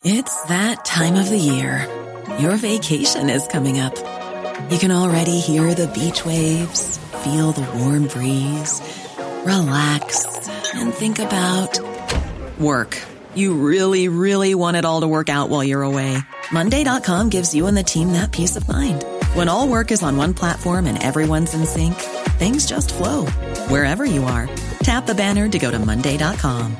It's that time of the year. Your vacation is coming up. You can already hear the beach waves, feel the warm breeze, relax, and think about work. You really, really want it all to work out while you're away. Monday.com gives you and the team that peace of mind. When all work is on one platform and everyone's in sync, things just flow. Wherever you are, tap the banner to go to Monday.com.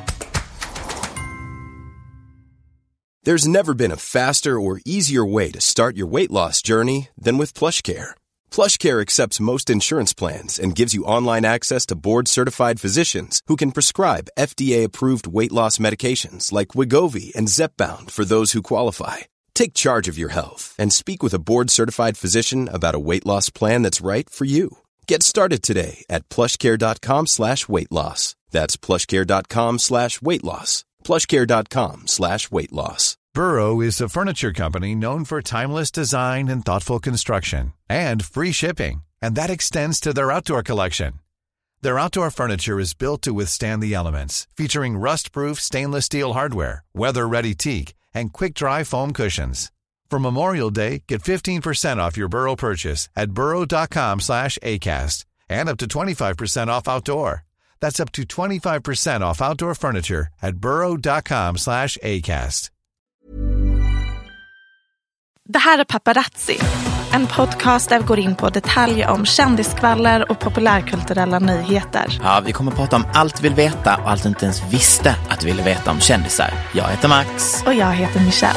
There's never been a faster or easier way to start your weight loss journey than with PlushCare. PlushCare accepts most insurance plans and gives you online access to board-certified physicians who can prescribe FDA-approved weight loss medications like Wegovy and Zepbound for those who qualify. Take charge of your health and speak with a board-certified physician about a weight loss plan that's right for you. Get started today at plushcare.com/weightloss. That's plushcare.com/weightloss. plushcare.com/weightloss. Burrow is a furniture company known for timeless design and thoughtful construction and free shipping, and that extends to their outdoor collection. Their outdoor furniture is built to withstand the elements, featuring rust-proof stainless steel hardware, weather-ready teak, and quick-dry foam cushions. For Memorial Day, get 15% off your Burrow purchase at burrow.com/acast and up to 25% off outdoor. That's up to 25% off outdoor furniture at burrow.com/acast. Det här är Paparazzi, en podcast där vi går in på detaljer om kändiskvaller och populärkulturella nyheter. Ja, vi kommer att prata om allt vi vill veta och allt inte ens visste att vi ville veta om kändisar. Jag heter Max. Och jag heter Michelle.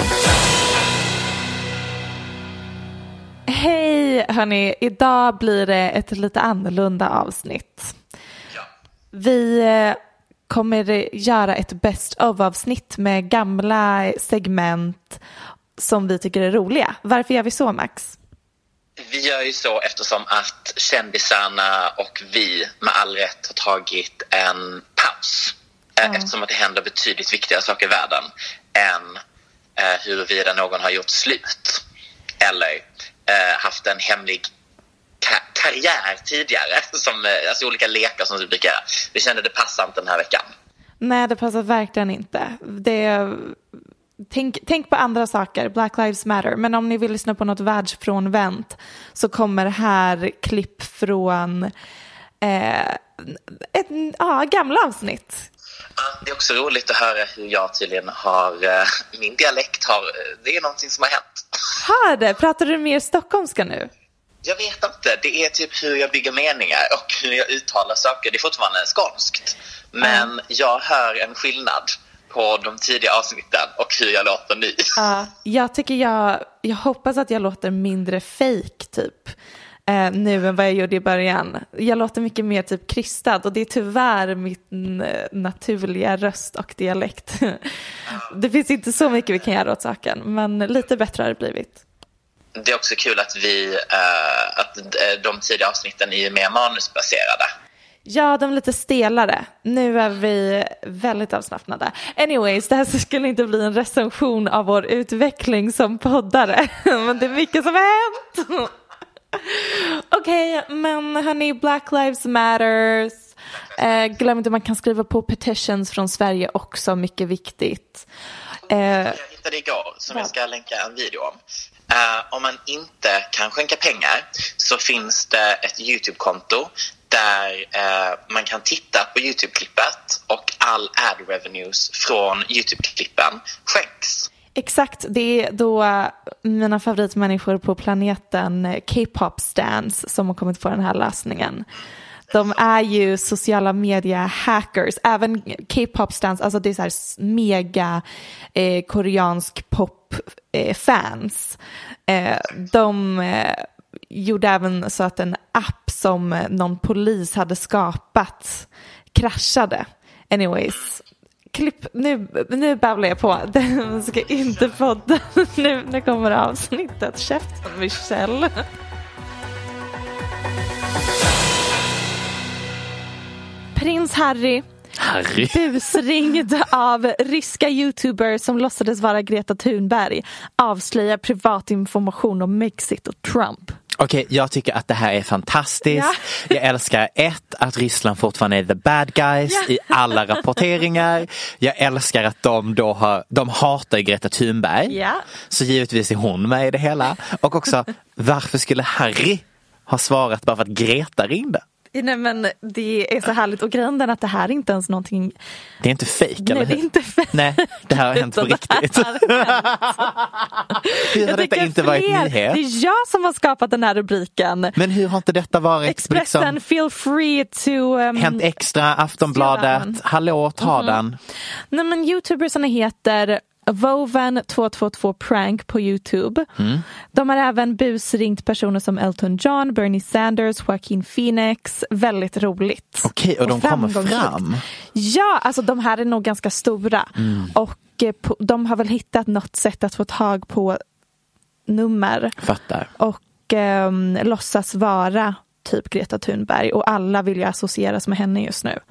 Hej hörni, idag blir det ett lite annorlunda avsnitt. Vi kommer göra ett best of-avsnitt med gamla segment som vi tycker är roliga. Varför gör vi så, Max? Vi gör ju så eftersom att kändisarna och vi med all rätt har tagit en paus. Eftersom att det händer betydligt viktigare saker i världen än huruvida någon har gjort slut eller haft en hemlig karriär tidigare, alltså olika lekar som vi brukar. Vi kände det passar inte den här veckan. Nej, det passar verkligen inte. Tänk på andra saker. Black Lives Matter. Men om ni vill lyssna på något världsfrånvänt så kommer här klipp från ett gamla avsnitt. Det är också roligt att höra hur jag tydligen har min dialekt det är någonting som har hänt. Har det? Pratar du mer stockholmska nu? Jag vet inte, det är typ hur jag bygger meningar och hur jag uttalar saker. Det är fortfarande skånskt. Men jag hör en skillnad på de tidiga avsnitten och hur jag låter nu. Jag hoppas att jag låter mindre fake typ nu än vad jag gjorde i början. Jag låter mycket mer typ krystad och det är tyvärr min naturliga röst och dialekt. Det finns inte så mycket vi kan göra åt saken, men lite bättre har det blivit. Det är också kul att att de tidiga avsnitten är mer manusbaserade. Ja, de är lite stelare. Nu är vi väldigt avslappnade. Anyways, det här skulle inte bli en recension av vår utveckling som poddare. Men det är mycket som har hänt. Okej, men hörni, Black Lives Matters. Glöm inte, man kan skriva på petitions från Sverige också, mycket viktigt. Jag hittade igår som jag ska länka en video om. Om man inte kan skänka pengar så finns det ett YouTube-konto där man kan titta på YouTube-klippet och all ad revenues från YouTube-klippen skänks. Exakt, det är då mina favoritmänniskor på planeten, K-pop stans, som har kommit på den här lösningen. De är ju sociala media hackers, även K-pop stans, alltså det är så här mega koreansk pop fans. De gjorde även så att en app som någon polis hade skapat kraschade. Anyways, nu babblar jag på. Den ska inte podda. Nu kommer avsnittet. Käften, Michelle. Prins Harry busringd av ryska YouTubers som låtsades vara Greta Thunberg, avslöjar privat information om Brexit och Trump. Okej, jag tycker att det här är fantastiskt. Jag älskar att Ryssland fortfarande är the bad guys i alla rapporteringar. Jag älskar att de hatar Greta Thunberg. Så givetvis är hon med i det hela. Och också, varför skulle Harry ha svarat bara för att Greta ringde? Nej, men det är så härligt. Och grejen är att det här är inte ens någonting... Det är inte fake, eller hur? Nej, det är inte fake. Nej, det här har hänt på riktigt. Hur har detta inte varit nyhet? Det är jag som har skapat den här rubriken. Men hur har inte detta varit... Expressen, feel free to... Hänt Extra, Aftonbladet, hallå, ta den. Nej, men youtubersarna heter... Woven 222 Prank på YouTube. De har även busringt personer som Elton John, Bernie Sanders, Joaquin Phoenix. Väldigt roligt. Okej, och de kommer fram? Ja, alltså de här är nog ganska stora. Och de har väl hittat något sätt att få tag på nummer. Fattar. Och låtsas vara typ Greta Thunberg. Och alla vill ju associeras med henne just nu.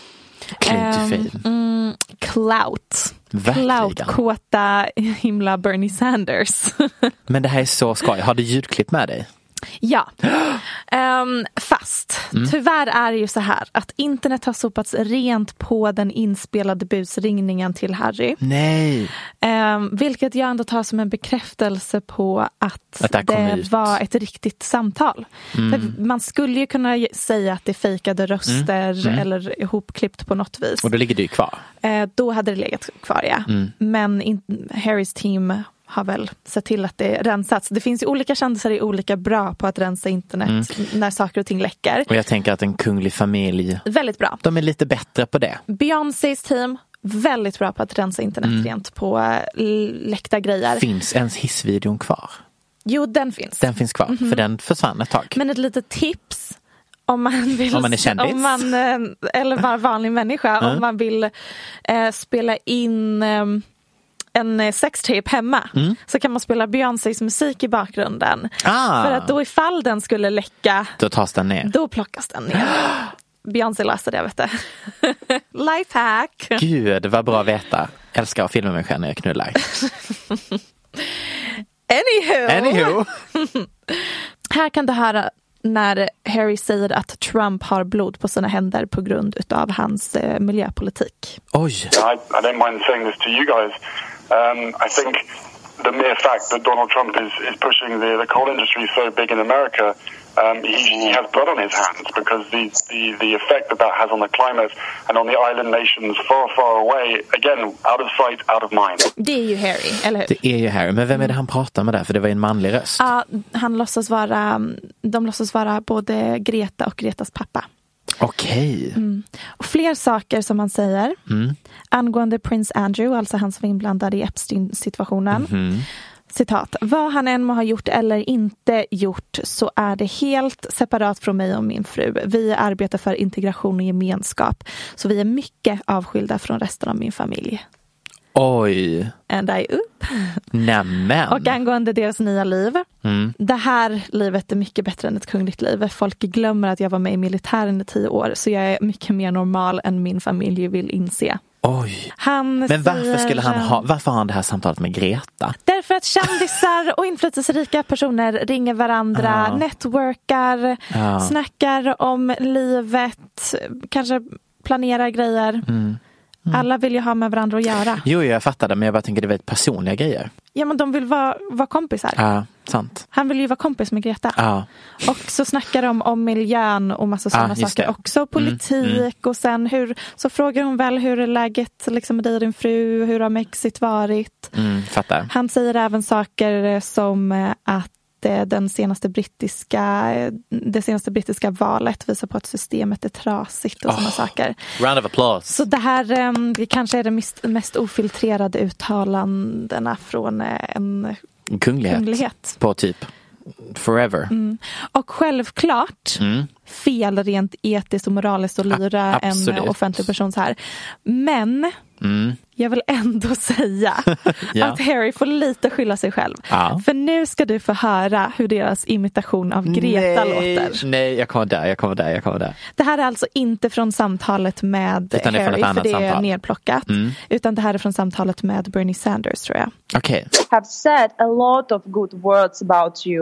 Clout. Clout-kåta himla Bernie Sanders. Men det här är så skoj. Har du ljudklipp med dig? Ja. Fast tyvärr är det ju så här att internet har sopats rent på den inspelade busringningen till Harry. Nej. Vilket jag ändå tar som en bekräftelse på att det var ett riktigt samtal. För man skulle ju kunna säga att det fejkade röster eller ihopklippt på något vis. Och då ligger det ju kvar. Då hade det legat kvar, ja. Men Harrys team har väl sett till att det rensats. Det finns ju olika kändisar är olika bra på att rensa internet när saker och ting läcker. Och jag tänker att en kunglig familj... Väldigt bra. De är lite bättre på det. Beyoncés team, väldigt bra på att rensa internet rent på läckta grejer. Finns ens hissvideon kvar? Jo, den finns. Den finns kvar, för den försvann ett tag. Men ett litet tips... Om man är kändis. Eller bara vanlig människa. Om man vill spela in... en sextape hemma så kan man spela Beyoncés musik i bakgrunden. För att då ifall den skulle läcka då tas den ner. Då plockas den ner. Beyoncé läser det, vet du. Lifehack. Gud, vad bra att veta. Älskar att filma mig själv när jag knullar. Anywho. Här kan du höra när Harry säger att Trump har blod på sina händer på grund utav hans miljöpolitik. Oj. I don't mind saying this to you guys. I think the mere fact that Donald Trump is pushing the coal industry so big in America, he has blood on his hands because the effect that has on the climate and on the island nations far, far away, again, out of sight, out of mind. Det är ju Harry, eller hur? Det är ju Harry, men vem är det han pratar med där? För det var ju en manlig röst. Ja, de låtsas vara både Greta och Gretas pappa. Okej. Och fler saker som han säger angående Prince Andrew, alltså han som var inblandad i Epstein-situationen. Citat: vad han än må ha gjort eller inte gjort så är det helt separat från mig och min fru. Vi arbetar för integration och gemenskap, så vi är mycket avskilda från resten av min familj. Oj. And I up. Nämen. Och angående deras nya liv. Det här livet är mycket bättre än ett kungligt liv. Folk glömmer att jag var med i militären i 10 år. Så jag är mycket mer normal än min familj vill inse. Oj. Men varför har han det här samtalet med Greta? Därför att kändisar och inflytelserika personer ringer varandra, networkar, snackar om livet, kanske planerar grejer. Alla vill ju ha med varandra att göra. Jo, jag fattar det, men jag bara tänker det är väldigt personliga grejer. Ja, men de vill vara kompisar. Ja, sant. Han vill ju vara kompis med Greta. Ja. Och så snackar de om miljön och massa sådana saker. Det. Också politik och sen så frågar hon väl hur är läget liksom med dig och din fru, hur har Mexit varit? Fattar. Han säger även saker som att det senaste brittiska valet visar på att systemet är trasigt och sådana saker. Round of applause. Så det här kanske är det mest ofiltrerade uttalandena från en kunglighet. På typ forever. Och självklart fel rent etiskt och moraliskt att lyra en offentlig person så här. Men jag vill ändå säga att Harry får lite skylla sig själv. För nu ska du få höra hur deras imitation av Greta låter. Nej, jag kommer där. Det här är alltså inte från samtalet med Harry, för det är nedplockat. Utan det här är från samtalet med Bernie Sanders, tror jag. Okay. Have said a lot of good words about you,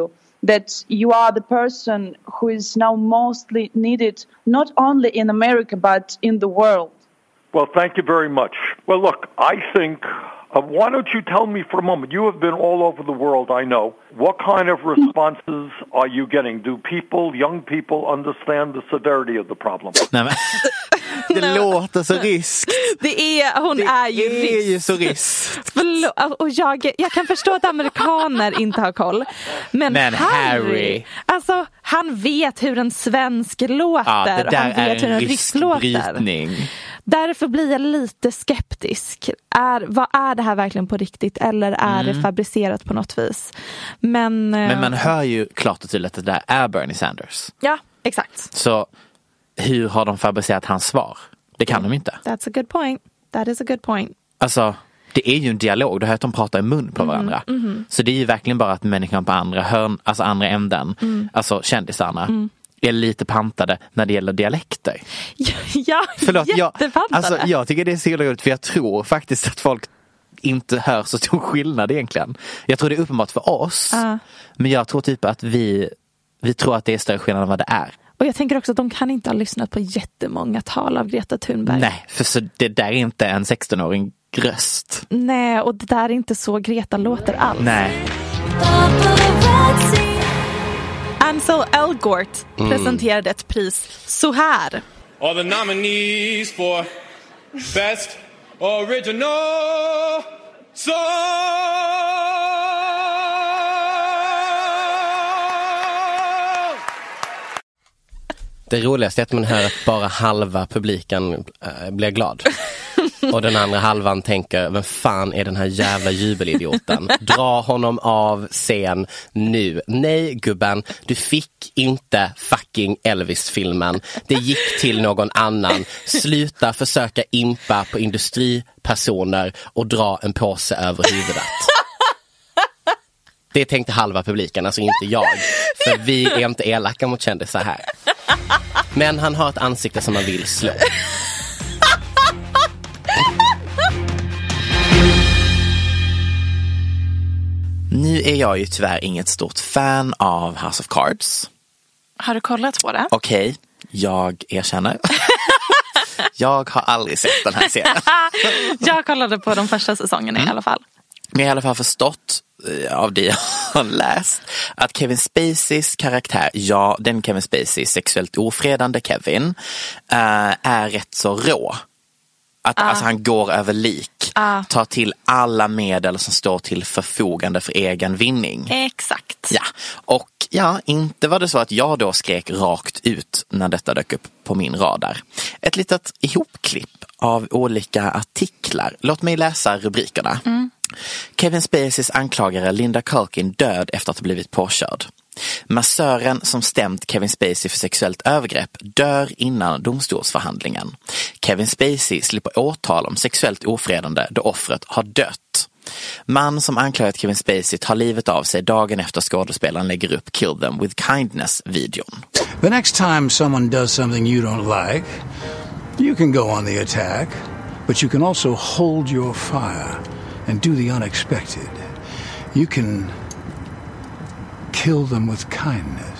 that you are the person who is now mostly needed, not only in America, but in the world. Well, thank you very much. Well, look, I think, why don't you tell me for a moment, you have been all over the world, I know. What kind of responses are you getting? Do people, young people, understand the severity of the problem? Nej, men, det låter så risk. Hon är ju risk. Det är ju så risk. Och jag kan förstå att amerikaner inte har koll. Men Harry, alltså han vet hur en svensk låter. Ja, det där han vet hur en rysk låter. Därför blir jag lite skeptisk. Vad är det här verkligen på riktigt? Eller är det fabricerat på något vis? Men man hör ju klart och tydligt att det där är Bernie Sanders. Ja, exakt. Så hur har de fabricerat hans svar? Det kan de inte. That's a good point. That is a good point. Alltså, det är ju en dialog. Du hör att de pratar i mun på varandra. Så det är ju verkligen bara att människan på andra hörn, alltså andra änden, alltså kändisarna, är lite pantade när det gäller dialekter. Ja, förlåt, jättepantade. Jag tycker det är så roligt, för jag tror faktiskt att folk inte hör så stor skillnad egentligen. Jag tror det är uppenbart för oss, men jag tror typ att vi tror att det är större skillnad än vad det är. Och jag tänker också att de kan inte ha lyssnat på jättemånga tal av Greta Thunberg. Nej, för så det där är inte en 16-åring röst. Nej, och det där är inte så Greta låter alls. Nej. Ansel Elgort presenterade ett pris så här. All the nominees for Best Original Song. Det roligaste är att man hör att bara halva publiken blir glad. Och den andra halvan tänker, vem fan är den här jävla jubelidioten? Dra honom av scen nu. Nej, gubben, du fick inte fucking Elvis-filmen. Det gick till någon annan. Sluta försöka impa på industripersoner och dra en påse över huvudet. Det tänkte halva publiken, alltså inte jag. För vi är inte elaka mot kändisar här. Men han har ett ansikte som man vill slå. Nu är jag ju tyvärr inget stort fan av House of Cards. Har du kollat på det? Okej, jag erkänner. Jag har aldrig sett den här serien. Jag kollade på de första säsongerna i alla fall. Men jag har i alla fall förstått av det jag har läst att Kevin Spaceys karaktär, den Kevin Spacey, sexuellt ofredande Kevin, är rätt så rå. Att alltså, han går över lik, tar till alla medel som står till förfogande för egen vinning. Exakt. Ja, och inte var det så att jag då skrek rakt ut när detta dök upp på min radar. Ett litet ihopklipp av olika artiklar. Låt mig läsa rubrikerna. Kevin Spaceys anklagare Linda Culkin död efter att ha blivit påkörd. Massören som stämt Kevin Spacey för sexuellt övergrepp dör innan domstolsförhandlingen. Kevin Spacey slipper åtal om sexuellt ofredande då offret har dött. Man som anklagat Kevin Spacey tar livet av sig dagen efter skådespelaren lägger upp Kill Them With Kindness-videon. The next time someone does something you don't like, you can go on the attack, but you can also hold your fire and do the unexpected. You can kill them with kindness.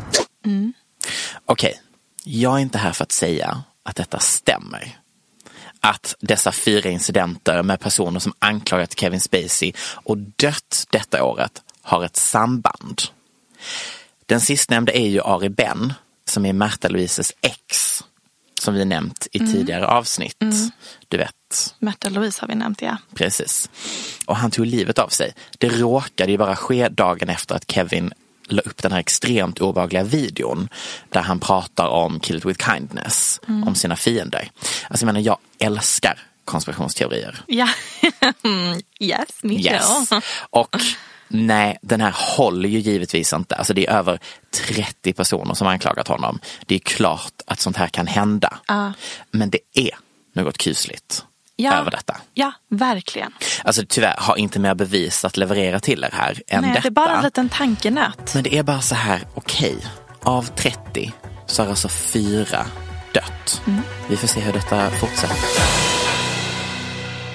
Okej, jag är inte här för att säga att detta stämmer. Att dessa 4 incidenter med personer som anklagat Kevin Spacey och dött detta året har ett samband. Den sistnämnda är ju Ari Ben, som är Märta Louises ex, som vi nämnt i tidigare avsnitt. Du vet. Märta Louise har vi nämnt, ja. Precis. Och han tog livet av sig. Det råkade ju bara ske dagen efter att Kevin la upp den här extremt obehagliga videon där han pratar om Kill It With Kindness, om sina fiender. Alltså jag menar, jag älskar konspirationsteorier. Ja, yes, me too. Och nej, den här håller ju givetvis inte. Alltså det är över 30 personer som har anklagat honom. Det är klart att sånt här kan hända. Men det är något kusligt över detta. Ja, verkligen. Alltså tyvärr har inte mer bevis att leverera till er här än detta. Nej, det är bara en liten tankenöt. Men det är bara så här, okej. Av 30 så har alltså 4 dött. Vi får se hur detta fortsätter.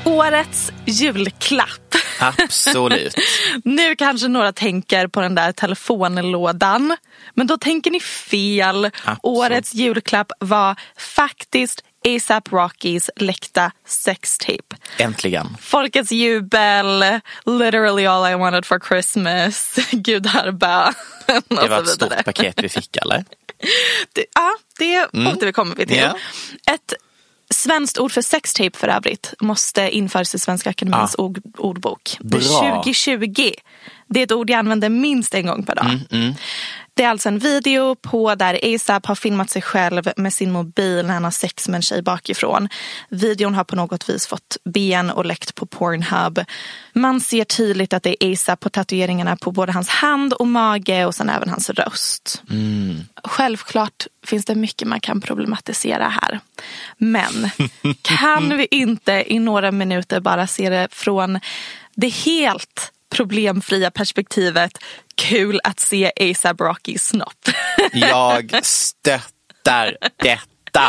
Årets julklapp. Absolut. Nu kanske några tänker på den där telefonlådan. Men då tänker ni fel. Absolut. Årets julklapp var faktiskt A$AP Rockys läckta sextape. Äntligen. Folkets jubel, literally all I wanted for Christmas, gudarba. Det var ett stort paket vi fick, eller? Det återkommer vi till. Yeah. Ett svenskt ord för sextape för övrigt måste införas i Svenska Akademins ordbok. Bra. 2020. Det är ett ord jag använder minst en gång per dag. Det är alltså en video på där A$AP har filmat sig själv med sin mobil när han har sex med en tjej bakifrån. Videon har på något vis fått ben och läckt på Pornhub. Man ser tydligt att det är A$AP på tatueringarna på både hans hand och mage och sen även hans röst. Självklart finns det mycket man kan problematisera här. Men kan vi inte i några minuter bara se det från det helt problemfria perspektivet? Kul att se A$AP Rocky snopp. Jag stöttar detta.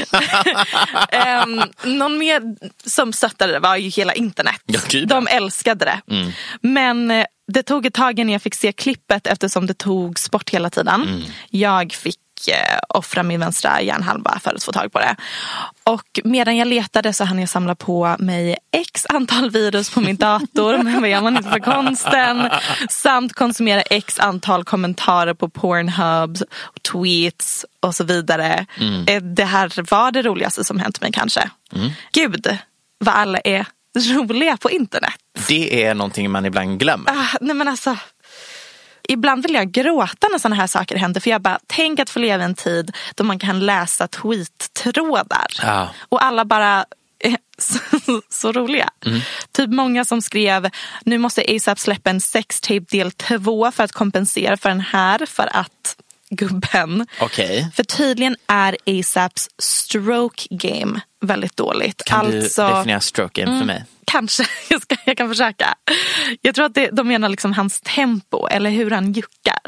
Någon mer som stöttade det var ju hela internet. De älskade det. Men det tog ett tag innan jag fick se klippet eftersom det tog sport hela tiden. Jag fick offra min vänstra hjärnhalva för att få tag på det. Och medan jag letade så hann jag samla på mig x antal virus på min dator, men vad gör man inte för konsten, samt konsumera x antal kommentarer på Pornhub, tweets och så vidare. Det här var det roligaste som hänt mig kanske. Gud, vad alla är roliga på internet. Det är någonting man ibland glömmer. Nej men alltså, ibland vill jag gråta när sådana här saker händer. För jag bara, tänk att få leva en tid då man kan läsa tweet-trådar. Och alla bara så roliga. Typ många som skrev, nu måste A$AP släppa en sextape del 2 för att kompensera för den här. För att gubben. För tydligen är A$APs stroke game väldigt dåligt. Kan du definiera stroke game för mig? Kanske, jag kan försöka. Jag tror att de menar liksom hans tempo eller hur han juckar.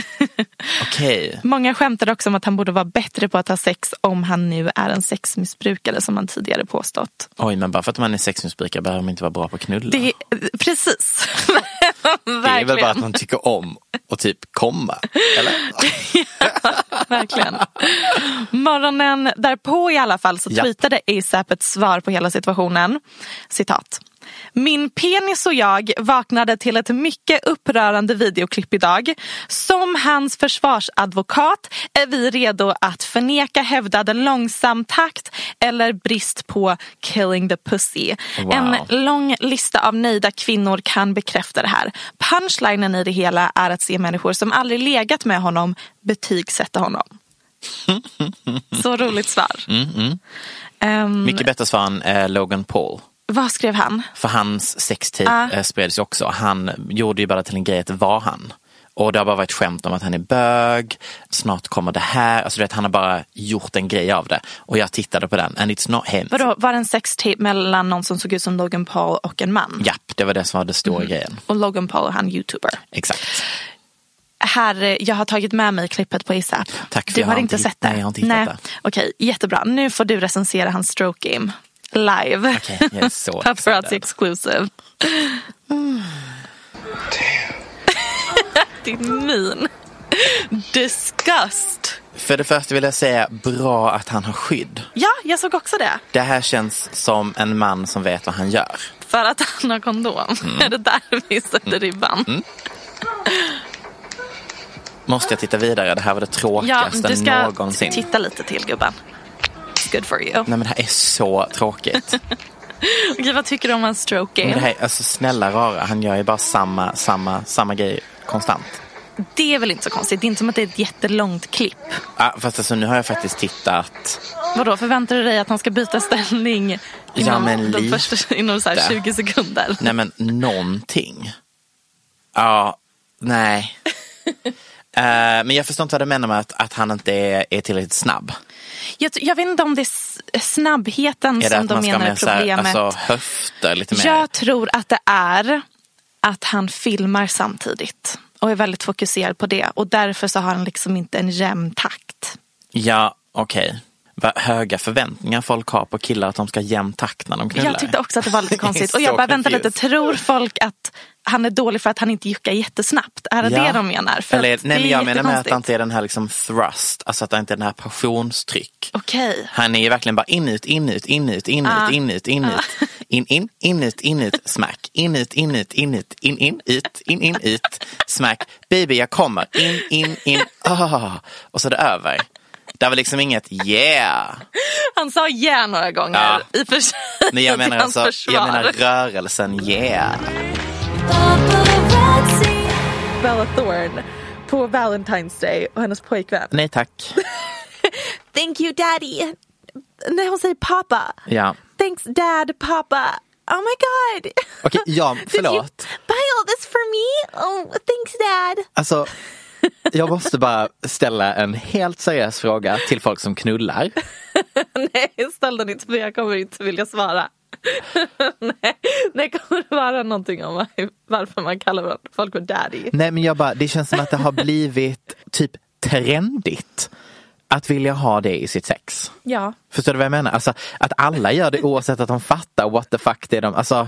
Många skämtar också om att han borde vara bättre på att ha sex om han nu är en sexmissbrukare som han tidigare påstått. Oj, men bara för att man är sexmissbrukare behöver man inte vara bra på att knulla. Precis. Det är väl bara att man tycker om och typ komma, eller? Ja, verkligen. Morgonen därpå i alla fall så tweetade A$AP ett svar på hela situationen. Citat. Min penis och jag vaknade till ett mycket upprörande videoklipp idag. Som hans försvarsadvokat är vi redo att förneka hävdad långsam takt eller brist på killing the pussy. Wow. En lång lista av nöjda kvinnor kan bekräfta det här. Punchlinen i det hela är att se människor som aldrig legat med honom betygsätta honom. Så roligt svar. Mycket bättre svar än Logan Paul. Vad skrev han? För hans sextape spreds ju också. Han gjorde ju bara till en grej att det var han. Och det har bara varit skämt om att han är bög. Snart kommer det här. Alltså du vet, han har bara gjort en grej av det. Och jag tittade på den. And it's not him. Vadå, var det en sextape mellan någon som såg ut som Logan Paul och en man? Japp, det var det som var det stora grejen. Och Logan Paul, han YouTuber. Exakt. Här, jag har tagit med mig klippet på A$AP. Tack, du har inte sett det? Nej, jag har inte hittat det. Okej, jättebra. Nu får du recensera hans stroke game. Live. Okej, jag är så Paparazzi exclusive. Din min. Disgust. För det första vill jag säga bra att han har skydd. Ja, jag såg också det. Det här känns som en man som vet vad han gör. För att han har kondom. Är det där vi sätter ribban? Måste jag titta vidare? Det här var det tråkigaste någonsin. Du ska titta lite till, gubben. Good for you. Nej, men det här är så tråkigt. Okej, vad tycker du om hans stroke game? Men det här, alltså snälla rara, han gör ju bara samma grej konstant. Det är väl inte så konstigt. Det är inte som att det är ett jättelångt klipp. Ja, fast alltså, nu har jag faktiskt tittat. Vadå, förväntar du dig att han ska byta ställning inom så här 20 sekunder? Nej, men någonting. Ja, nej. Men jag förstår inte vad du menar med att han inte är tillräckligt snabb. Jag vet inte om det är snabbheten är det som de menar är problemet. Här, alltså höfter lite mer? Jag tror att det är att han filmar samtidigt och är väldigt fokuserad på det. Och därför så har han liksom inte en jämn takt. Ja, okej. Vad höga förväntningar folk har på killar att de ska jämn takt när de knullar. Jag tyckte också att det var lite konstigt. Och jag bara väntar lite. Tror folk att han är dålig för att han inte juckar jättesnabbt? Är det de menar? För eller, nej, men jag menar med att det inte är den här liksom thrust. Alltså att det inte är den här passionstryck. Okej. Han är ju verkligen bara inut, smack. Inut, ut, smack. Baby, jag kommer. In. Och så är det över. Det var liksom inget Han sa några gånger i för sig. Men jag menar rörelsen Bella Thorne på Valentine's Day och hennes pojkvän. Nej tack. Thank you daddy. När hon säger pappa. Ja. Thanks dad, pappa. Oh my god. Okej, förlåt. Did you buy all this for me? Oh, thanks dad. Alltså, jag måste bara ställa en helt seriös fråga till folk som knullar. Nej, ställ den inte för jag kommer inte vilja svara. Nej, det kommer vara någonting om varför man kallar folk för daddy. Nej, men det känns som att det har blivit typ trendigt att vilja ha det i sitt sex. Ja. Förstår du vad jag menar? Alltså, att alla gör det oavsett att de fattar what the fuck det är de... Alltså,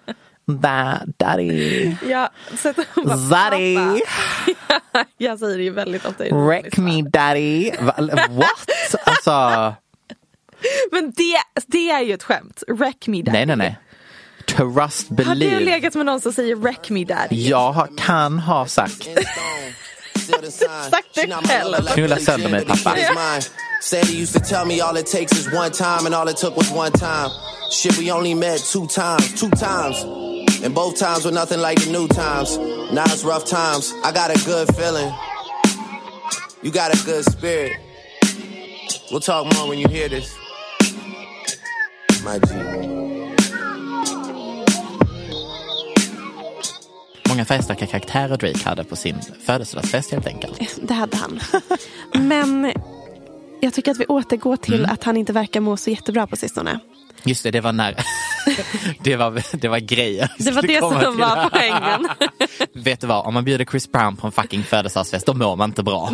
daddy. Ja, så att de bara, daddy. Jag säger det ju väldigt ofta. Wreck me daddy. What? Alltså... Men det är ju ett skämt. Wreck me daddy. Nej. Trust, believe. Har du legat med någon som säger wreck me daddy? Jag kan ha sagt. Sagt det själv. Knulla sönder mig, pappa. Said he used to tell me all it takes is one time, and all it took was one time. Shit, we only met two times. And both times were nothing like the new times. Now it's rough times. I got a good feeling. You got a good spirit. We'll talk more when you hear this. My G. Många färgstarka karaktärer Drake hade på sin födelsedagsfest helt enkelt. Det hade han. Men jag tycker att vi återgår till att han inte verkar må så jättebra på sistone. Just det var när det var grejer. Det var det som var poängen. Vet du vad, om man bjuder Chris Brown på en fucking födelsedagsfest, då mår man inte bra.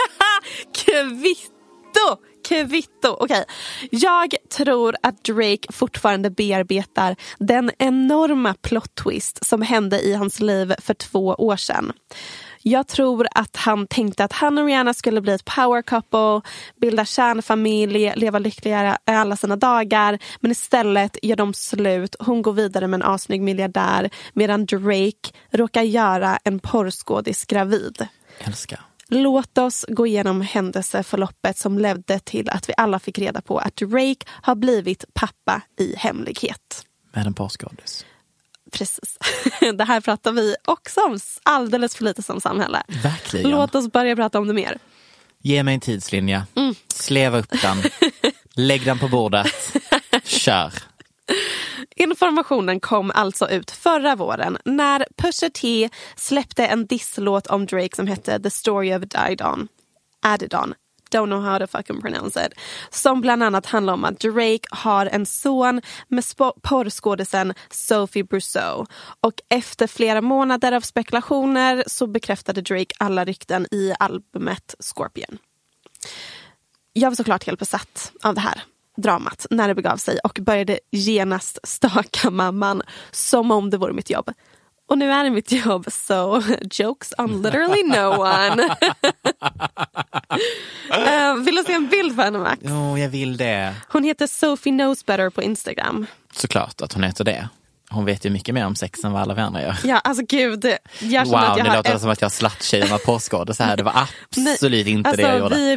Kvitto. Okej. Jag tror att Drake fortfarande bearbetar den enorma plot twist som hände i hans liv för 2 år sedan. Jag tror att han tänkte att han och Rihanna skulle bli ett power couple, bilda kärnfamilj, leva lyckligare alla sina dagar. Men istället gör de slut. Hon går vidare med en asnygg miljardär medan Drake råkar göra en porrskådis gravid. Älskar. Låt oss gå igenom händelseförloppet som ledde till att vi alla fick reda på att Drake har blivit pappa i hemlighet. Med en porrskådis. Precis. Det här pratar vi också om alldeles för lite som samhälle. Verkligen. Låt oss börja prata om det mer. Ge mig en tidslinje. Sleva upp den. Lägg den på bordet. Kör. Informationen kom alltså ut förra våren när Pusha T släppte en disslåt om Drake som hette The Story of Adidon. Don't know how to fucking pronounce it. Som bland annat handlar om att Drake har en son med porrskådisen Sophie Brousseau. Och efter flera månader av spekulationer så bekräftade Drake alla rykten i albumet Scorpion. Jag var såklart helt besatt av det här dramat när det begav sig och började genast staka mamman som om det vore mitt jobb. Och nu är det mitt jobb, so jokes on literally no one. Vill du se en bild för henne, Max? Jag vill det. Hon heter Sophie Knows Better på Instagram. Såklart att hon heter det. Hon vet ju mycket mer om sex än vad alla vi andra gör. Ja, alltså gud. Wow, det låter som att jag slatt-tjejerna påskådde så här. Det var absolut inte det jag gjorde.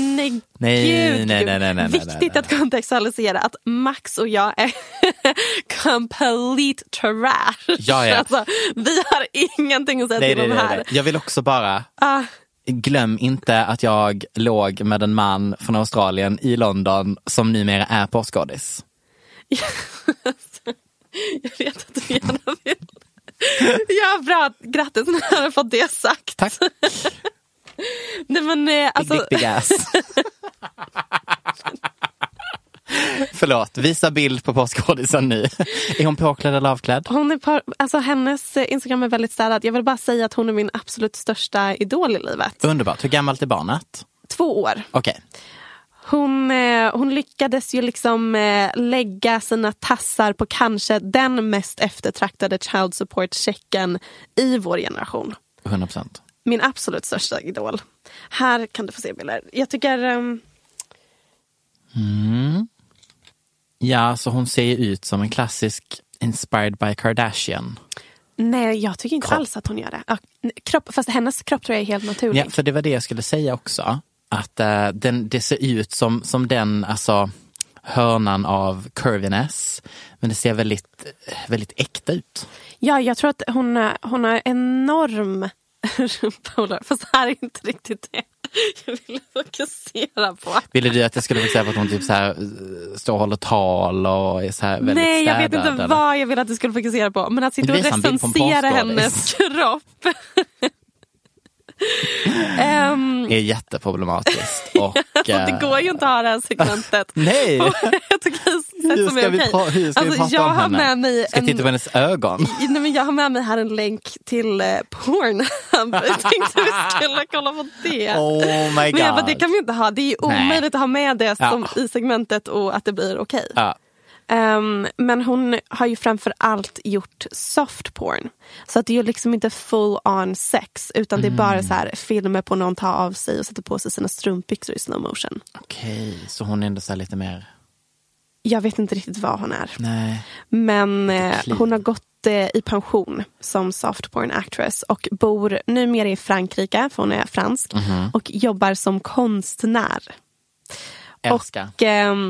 Nej. Viktigt att kontextualisera att Max och jag är complete trash. Ja. Alltså, vi har ingenting att säga till om här. Nej. Jag vill också bara... Glöm inte att jag låg med en man från Australien i London som numera är porrskådis. Jag vet att du gärna vill. Ja, bra. Grattis när jag har fått det sagt. Tack. Nej, men alltså... Big ass. Förlåt, visa bild på porrskådisen nu. Är hon påklädd eller avklädd? Hon är alltså hennes Instagram är väldigt städad. Jag vill bara säga att hon är min absolut största idol i livet. Underbart. Hur gammalt är barnet? 2 år. Okej. Hon lyckades ju liksom lägga sina tassar på kanske den mest eftertraktade child support-checken i vår generation. 100%. Min absolut största idol. Här kan du få se bilder. Jag tycker... Ja, så hon ser ju ut som en klassisk inspired by Kardashian. Nej, jag tycker inte alls att hon gör det. Fast hennes kropp tror jag är helt naturlig. Ja, för det var det jag skulle säga också. Att det ser ut som den, alltså hörnan av curviness. Men det ser väldigt, väldigt äkta ut. Ja, jag tror att hon har enorm rumpa. Fast här är inte riktigt det jag ville fokusera på. Ville du att jag skulle fokusera på att hon typ så här står och håller tal och är så här väldigt Nej, jag vet städad, inte eller? vad jag vill att du skulle fokusera på. Men att sitta och recensera hennes kropp. är jätteproblematiskt. Och, det går ju inte att ha det här segmentet. Nej! Hur ska vi prata om henne? Ska jag titta på hennes ögon? Nej, men jag har med mig här en länk till Pornhub. Jag tänkte vi skulle kolla på det. Oh my God. Men det kan vi inte ha. Det är ju omöjligt att ha med det i segmentet och att det blir okej. Ja. Men hon har ju framför allt gjort soft porn. Så att det är ju liksom inte full on sex, utan det är bara så här filmer på någon tar av sig och sätter på sig sina strumpbyxor i slow motion. Okej, så hon är ändå så här lite mer... Jag vet inte riktigt vad hon är. Nej. Men hon har gått i pension som soft porn actress och bor numera i Frankrike, för hon är fransk, och jobbar som konstnär. Älskar. Och,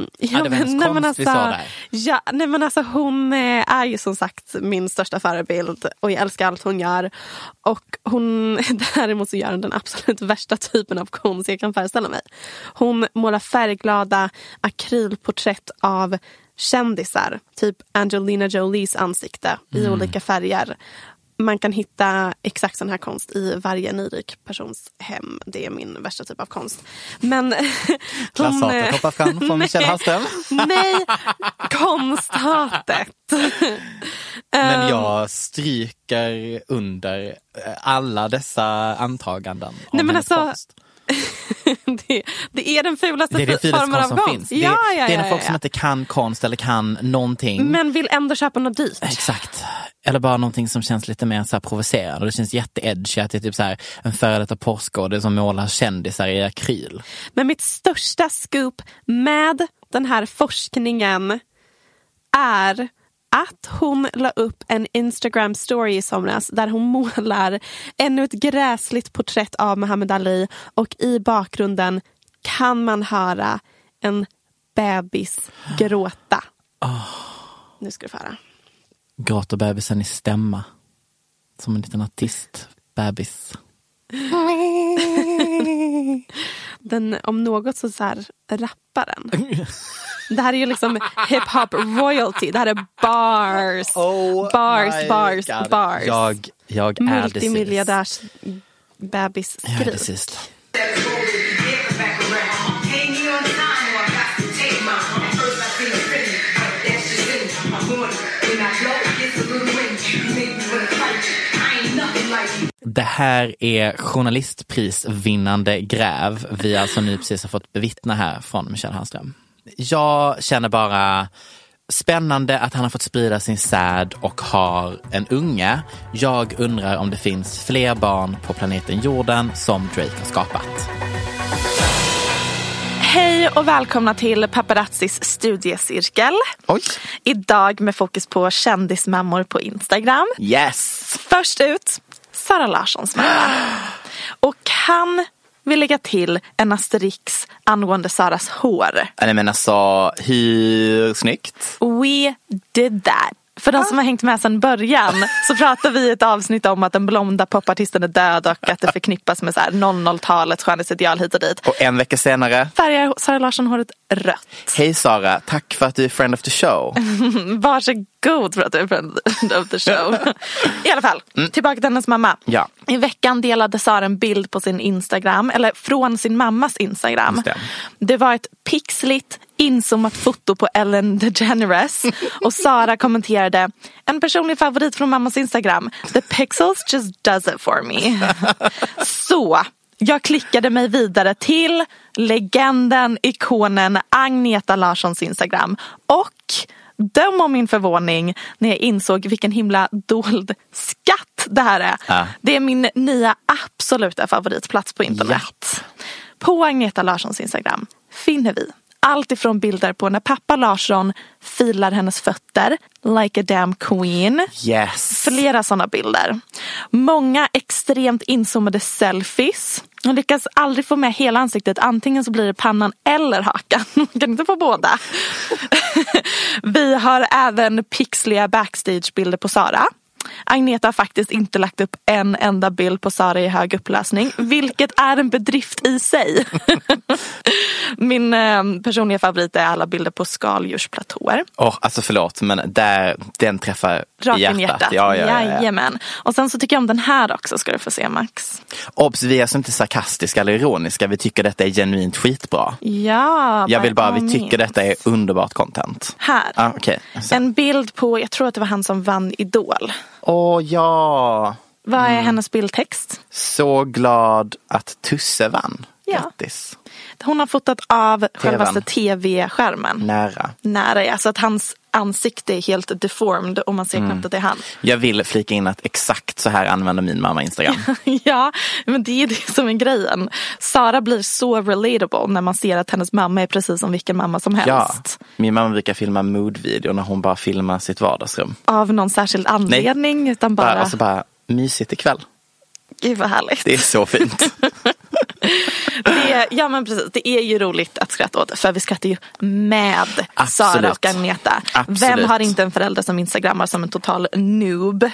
hon är ju som sagt min största förebild och jag älskar allt hon gör. Och hon däremot så gör hon den absolut värsta typen av konst jag kan föreställa mig. Hon målar färgglada akrylporträtt av kändisar, typ Angelina Jolies ansikte i olika färger. Man kan hitta exakt sån här konst i varje nyrik persons hem. Det är min värsta typ av konst. Men klasshatet hoppar fram från Michelle Hallström. Nej, konsthatet. Men jag stryker under alla dessa antaganden. Nej, men alltså, konst. Det är den fulaste formen av konst. Finns. Det är när folk som inte kan konst eller kan någonting. Men vill ändå köpa något dyrt. Exakt. Eller bara någonting som känns lite mer så här provocerande. Och det känns jätteedgy att det är typ så här en före detta postgård som målar kändisar i akryl. Men mitt största scoop med den här forskningen är att hon la upp en Instagram story i somras där hon målar ännu ett gräsligt porträtt av Muhammad Ali och i bakgrunden kan man höra en bebis gråta. Nu ska du få höra. Gråter bebisen i stämma. Som en liten artist-bebis. Den, om något så här rapparen. Det här är ju liksom hip-hop royalty. Det här är bars. Bars. Jag är multimiljardärs bebisskrik. Jag är det sist. Det här är journalistprisvinnande gräv vi alltså nu precis har fått bevittna här från Michelle Hallström. Jag känner bara spännande att han har fått sprida sin säd och har en unge. Jag undrar om det finns fler barn på planeten jorden som Drake har skapat. Hej och välkomna till Paparazzis studiecirkel. Oj. Idag med fokus på kändismammor på Instagram. Yes! Först ut, Sara Larssons mamma. Och kan vi lägga till en asterix angående Saras hår? Nej men alltså, hur snyggt? We did that. För de som har hängt med sedan början så pratar vi i ett avsnitt om att den blonda popartisten är död och att det förknippas med så här 00-talets skönhetsideal hit och dit. Och en vecka senare färgar Sara Larsson håret rött. Hej Sara, tack för att du är friend of the show. Varsågod för att du är friend of the show. I alla fall, tillbaka till hennes mamma. Ja. I veckan delade Sara en bild på sin Instagram, eller från sin mammas Instagram. Det var ett pixligt inzoomat foto på Ellen DeGeneres och Sara kommenterade: en personlig favorit från mammas Instagram. The pixels just does it for me. Så Jag klickade mig vidare till legenden, ikonen Agneta Larssons Instagram. Och döm om min förvåning när jag insåg vilken himla dold skatt det här är. Det är min nya absoluta favoritplats på internet. På Agneta Larssons Instagram finner vi allt ifrån bilder på när pappa Larsson filar hennes fötter like a damn queen. Yes. Flera sådana bilder. Många extremt inzoomade selfies. Hon lyckas aldrig få med hela ansiktet. Antingen så blir det pannan eller hakan. Man kan inte få båda. Vi har även pixliga backstagebilder på Sara. Agneta har faktiskt inte lagt upp en enda bild på Sara i hög upplösning, vilket är en bedrift i sig. Min personliga favorit är alla bilder på skaldjursplatåer. Alltså förlåt, men den träffar rakt hjärtat. In hjärtat. Ja. Jajamän. Och sen så tycker jag om den här också, ska du få se, Max. Obs, vi är alltså inte sarkastiska eller ironiska. Vi tycker detta är genuint skitbra. Ja. Jag vill bara, vi tycker detta är underbart content. Här. Okay. En bild på, jag tror att det var han som vann Idol. Ja. Vad är hennes bildtext? Så glad att Tusse vann. Grattis. Hon har fotat av självaste tv-skärmen. Nära, ja. Så att hans ansikte är helt deformed och man ser knappt att det är han. Jag vill flika in att exakt så här använder min mamma Instagram. Ja, men det är det som är grejen. Sara blir så relatable när man ser att hennes mamma är precis som vilken mamma som helst. Ja, min mamma brukar filma mood-video när hon bara filmar sitt vardagsrum. Av någon särskild anledning. Nej. Utan bara... Alltså bara mysigt ikväll. Gud vad härligt. Det är så fint. Ja men precis, det är ju roligt att skratta åt, för vi skrattar ju med Sara och Agneta. Absolut. Vem har inte en förälder som instagrammar som en total noob?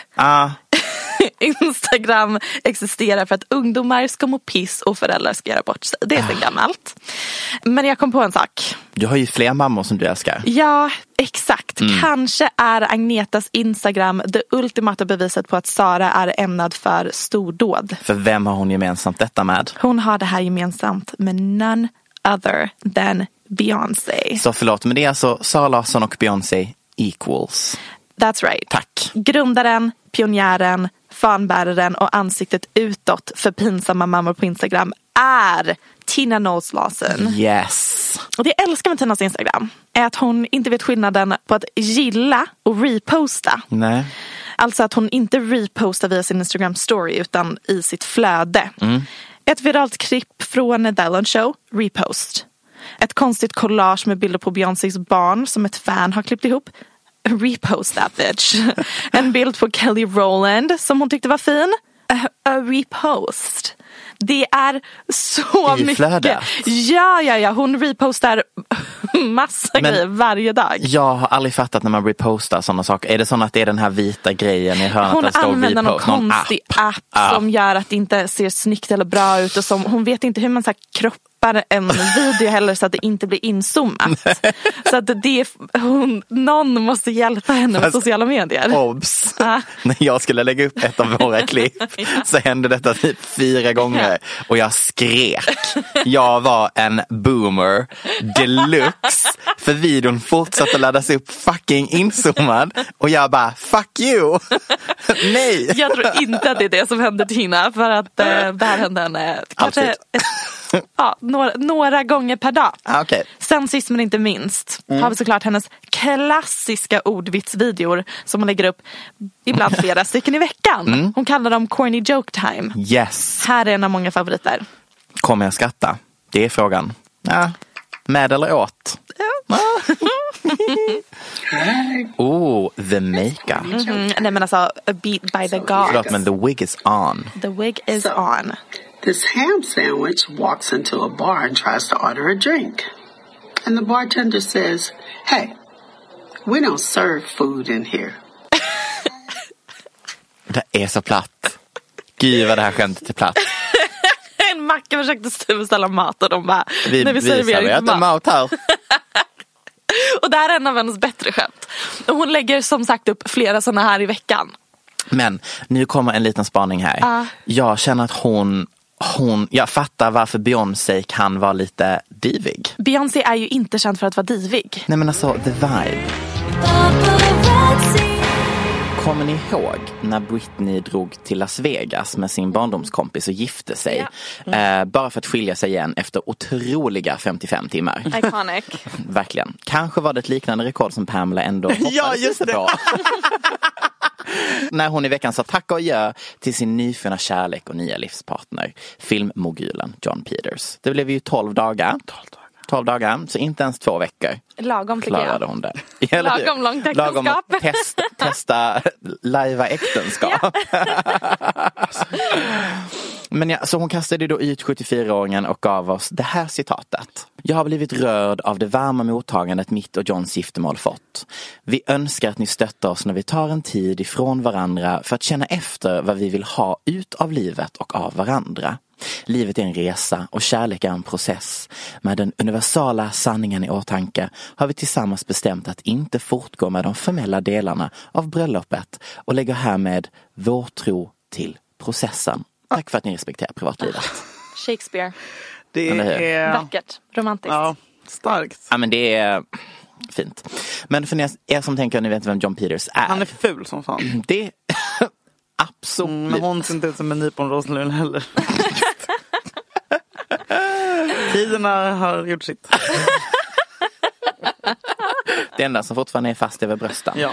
Instagram existerar för att ungdomar ska må piss och föräldrar ska göra bort sig. Det är så gammalt. Men jag kom på en sak. Du har ju fler mammor som du älskar. Ja, exakt. Kanske är Agnetas Instagram det ultimata beviset på att Sara är ämnad för stordåd. För vem har hon gemensamt detta med? Hon har det här gemensamt med none other than Beyoncé. Så förlåt, men det är alltså Sara Larsson och Beyoncé equals. That's right. Tack. Grundaren, pionjären, fanbäraren och ansiktet utåt för pinsamma mammor på Instagram är Tina Knowles Lawson. Yes. Och det jag älskar med Tinas Instagram är att hon inte vet skillnaden på att gilla och reposta. Nej. Alltså att hon inte repostar via sin Instagram story utan i sitt flöde. Ett viralt klipp från The Ellen Show, repost. Ett konstigt collage med bilder på Beyoncés barn som ett fan har klippt ihop. Repost that bitch. En bild på Kelly Rowland som hon tyckte var fin. A repost. Det är så mycket. Flödet. Ja. Hon repostar massa grejer varje dag. Jag har aldrig fattat när man repostar sådana saker. Är det så att det är den här vita grejen i hörnet? Hon använder någon konstig app som gör att det inte ser snyggt eller bra ut. Och som, hon vet inte hur man så här kroppar en video heller så att det inte blir inzoomat. Så att någon måste hjälpa henne med sociala medier. Obs! När jag skulle lägga upp ett av våra klipp så hände detta typ 4 gånger. Och jag skrek. Jag var en boomer deluxe. För videon fortsatte laddas upp fucking inzoomad. Och jag bara, fuck you. Nej. Jag tror inte att det är det som hände Tina. För att där hände henne kanske några gånger per dag. Okay. Sen sist men inte minst har vi såklart hennes klassiska ordvitsvideor som hon lägger upp ibland flera stycken i veckan. Hon kallar dem corny joke time. Yes. Här är en av många favoriter. Kommer jag skratta? Det är frågan. Ja, med eller åt? The makeup. Nej men alltså, a beat by the gods. Förlåt, men the wig is on. The wig is on. This ham sandwich walks into a bar and tries to order a drink. And the bartender says, "Hey, we don't serve food in here." Det är så platt. Gud vad det här skämtet är platt. En macka försökte beställa mat och de bara, vi serverar inte mat här. Och det här är en av hennes bättre skämt. Och hon lägger som sagt upp flera sådana här i veckan. Men nu kommer en liten spaning här. Jag känner att jag fattar varför Beyoncé kan vara lite divig. Beyoncé är ju inte känd för att vara divig. Nej men alltså, the vibe. Kommer ni ihåg när Britney drog till Las Vegas med sin barndomskompis och gifte sig? Bara för att skilja sig igen efter otroliga 55 timmar. Iconic. Verkligen. Kanske var det ett liknande rekord som Pamela ändå hoppades på. När hon i veckan sa tack och adjö till sin nyfunna kärlek och nya livspartner, filmmogulen John Peters. Det blev ju 12 dagar. 12 dagar, så inte ens 2 veckor. Lagom tycker klarade hon det. Lagom långt äktenskap. Lagom att testa lajva äktenskap. Men ja, så hon kastade då ut 74-åringen och gav oss det här citatet. Jag har blivit rörd av det varma mottagandet mitt och Johns giftermål fått. Vi önskar att ni stöttar oss när vi tar en tid ifrån varandra för att känna efter vad vi vill ha ut av livet och av varandra. Livet är en resa och kärlek är en process. Med den universala sanningen i åtanke har vi tillsammans bestämt att inte fortgå med de formella delarna av bröllopet och lägger härmed vår tro till processen. Tack för att ni respekterar privatlivet. Shakespeare. Det är vackert, romantiskt. Ja, starkt. Ja, men det är fint. Men för er som tänker, ni vet vem John Peters är. Han är ful som fan. Det absolut. Men hon ser inte ut som en nyponroslun heller. Tiderna har gjort sitt. Det enda som fortfarande är fast över brösten. Ja.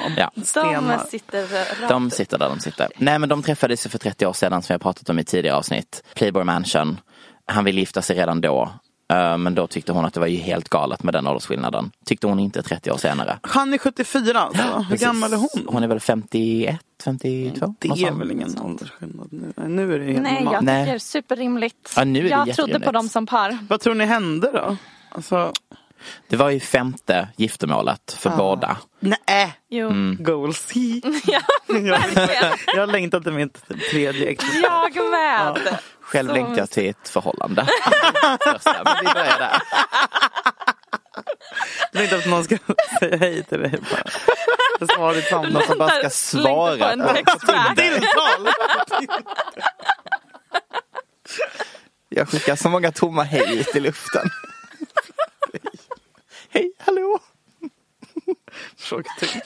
De sitter där de sitter. Nej, men de träffades för 30 år sedan, som jag pratat om i tidigare avsnitt. Playboy Mansion. Han ville gifta sig redan då. Men då tyckte hon att det var ju helt galet med den åldersskillnaden. Tyckte hon inte 30 år senare. Han är 74 alltså. Hur gammal är hon? Hon är väl 51, 52? Det är väl ingen åldersskillnad nu. Nu är det helt Nej, jag tycker det är superrimligt. Ja, nu är det jag trodde på dem som par. Vad tror ni hände då? Alltså... Det var ju 5:e giftermålet för båda. Nej, goals. Ja, jag har längtat till mitt 3:e äktenskap. Jag med. Ja. Själv längtar jag till ett förhållande. Men vi börjar där. Jag tänkte att någon ska säga hej till dig. Någon som bara ska svara på tilltal. Jag skickar så många tomma hej till luften. Hej, hallå. Frågetecken.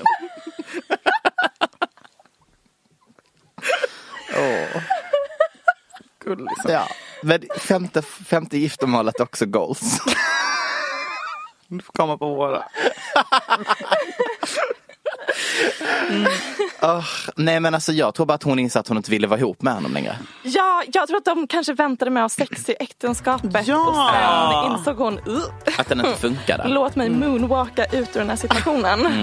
Liksom. Ja, men femte giftermålet också goals. Du får komma på våra. Nej, men alltså jag tror bara att hon insåg att hon inte ville vara ihop med honom längre. Ja, jag tror att de kanske väntade med att ha sex i äktenskapet. Ja. Och sen insåg hon att den inte funkade. Låt mig moonwalka ut ur den här situationen.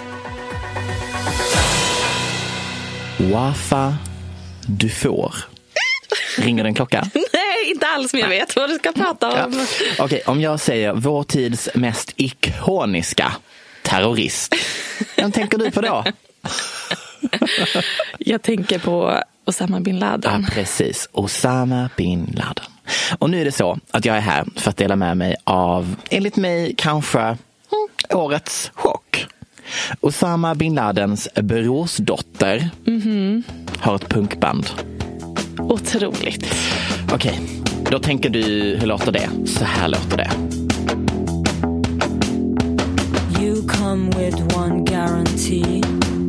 Wafa, du får. Ringer den klocka? Nej, inte alls, men jag vet vad du ska prata om. Ja. Okej, om jag säger vår tids mest ikoniska terrorist. Vem tänker du på då? Jag tänker på Osama bin Laden. Ja, precis. Osama bin Laden. Och nu är det så att jag är här för att dela med mig av, enligt mig, kanske årets chock. Osama bin Ladens brorsdotter har ett punkband. Otroligt. Okej, då tänker du, hur låter det? Så här låter det. You come with one guarantee.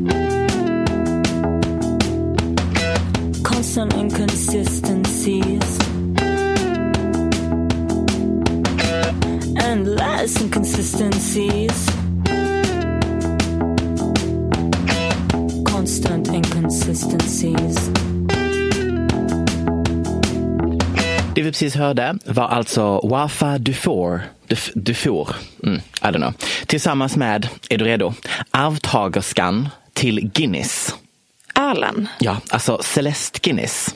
Constant inconsistencies. Endless inconsistencies. Constant inconsistencies. Det vi precis hörde var alltså Wafa Dufour. I don't know. Tillsammans med, är du redo? Arvtagerskan till Guinness. Alan. Ja, alltså Celeste Guinness.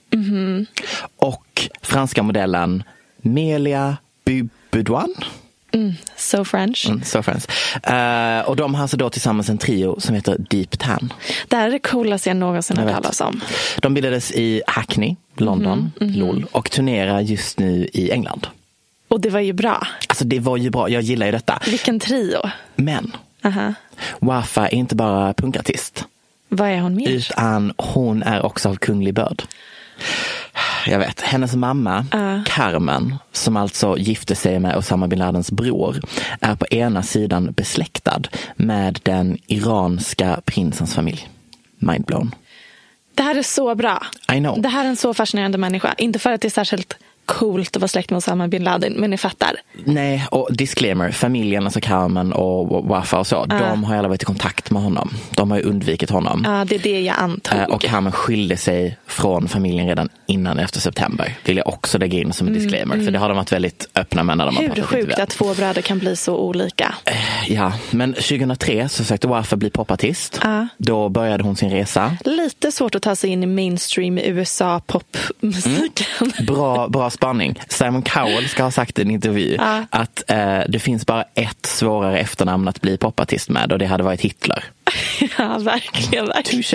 Och franska modellen Melia Boudouin. So French. So French. Och de har alltså då tillsammans en trio som heter Deep Tan. Det här är det coolaste jag någonsin har talat om. De bildades i Hackney, London, LOL, och turnerar just nu i England. Och det var ju bra. Alltså det var ju bra, jag gillar ju detta. Vilken trio. Men Wafa är inte bara punkartist. Vad är hon mer? Utan hon är också av kunglig börd. Jag vet, hennes mamma Carmen, som alltså gifte sig med Osama bin Ladens bror, är på ena sidan besläktad med den iranska prinsens familj. mindblown. Det här är så bra. I know. Det här är en så fascinerande människa. Inte för att det är särskilt coolt att vara släkt med Osama bin Laden, men ni fattar. Nej, och disclaimer, familjen, alltså Carmen och Wafa och så, de har ju alla varit i kontakt med honom. De har ju undvikit honom. Ja, det är det jag antog. Och Carmen skilde sig från familjen redan innan 11 september. Vill jag också lägga in som en disclaimer, för det har de varit väldigt öppna med när de har pratat. Hur sjukt att två bröder kan bli så olika. Ja, men 2003 så försökte Wafa bli popartist. Då började hon sin resa. Lite svårt att ta sig in i mainstream USA-popmusiken. Bra spanning. Simon Cowell ska ha sagt i en intervju att det finns bara ett svårare efternamn att bli popartist med, och det hade varit Hitler. Ja, verkligen.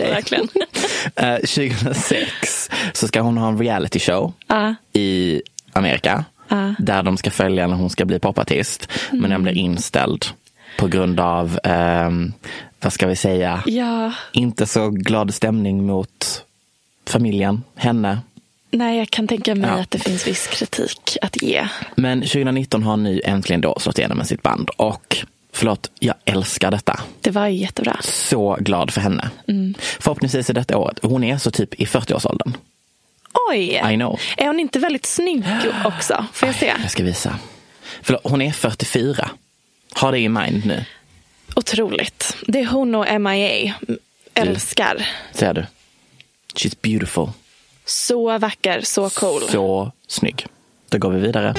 2006 så ska hon ha en reality show i Amerika där de ska följa när hon ska bli popartist, men den blir inställd på grund av vad ska vi säga, inte så glad stämning mot familjen, henne. Nej, jag kan tänka mig att det finns viss kritik att ge. Men 2019 har nu äntligen då slått igenom med sitt band. Och förlåt, jag älskar detta. Det var jättebra. Så glad för henne. Förhoppningsvis är detta året. Hon är så typ i 40-årsåldern. Oj! I know. Är hon inte väldigt snygg också? Får jag se? Jag ska visa. Förlåt, hon är 44. Har det i mind nu. Otroligt. Det är hon och MIA. Älskar. Ser du? She's beautiful. Så vacker, så cool. Så snygg. Då går vi vidare.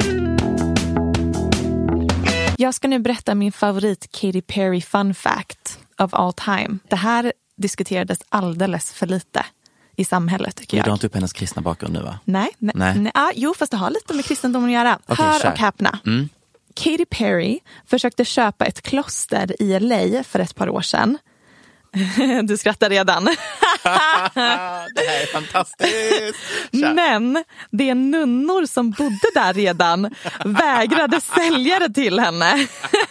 Jag ska nu berätta min favorit Katy Perry fun fact of all time. Det här diskuterades alldeles för lite i samhället, tycker jag. Du har inte upp hennes kristna bakgrund nu, va? Nej. Jo, fast det har lite med kristendomen att göra. Hör och häpna. Katy Perry försökte köpa ett kloster i LA för ett par år sedan. Du skrattar redan. Det här är fantastiskt. Men det nunnor som bodde där redan vägrade sälja det till henne.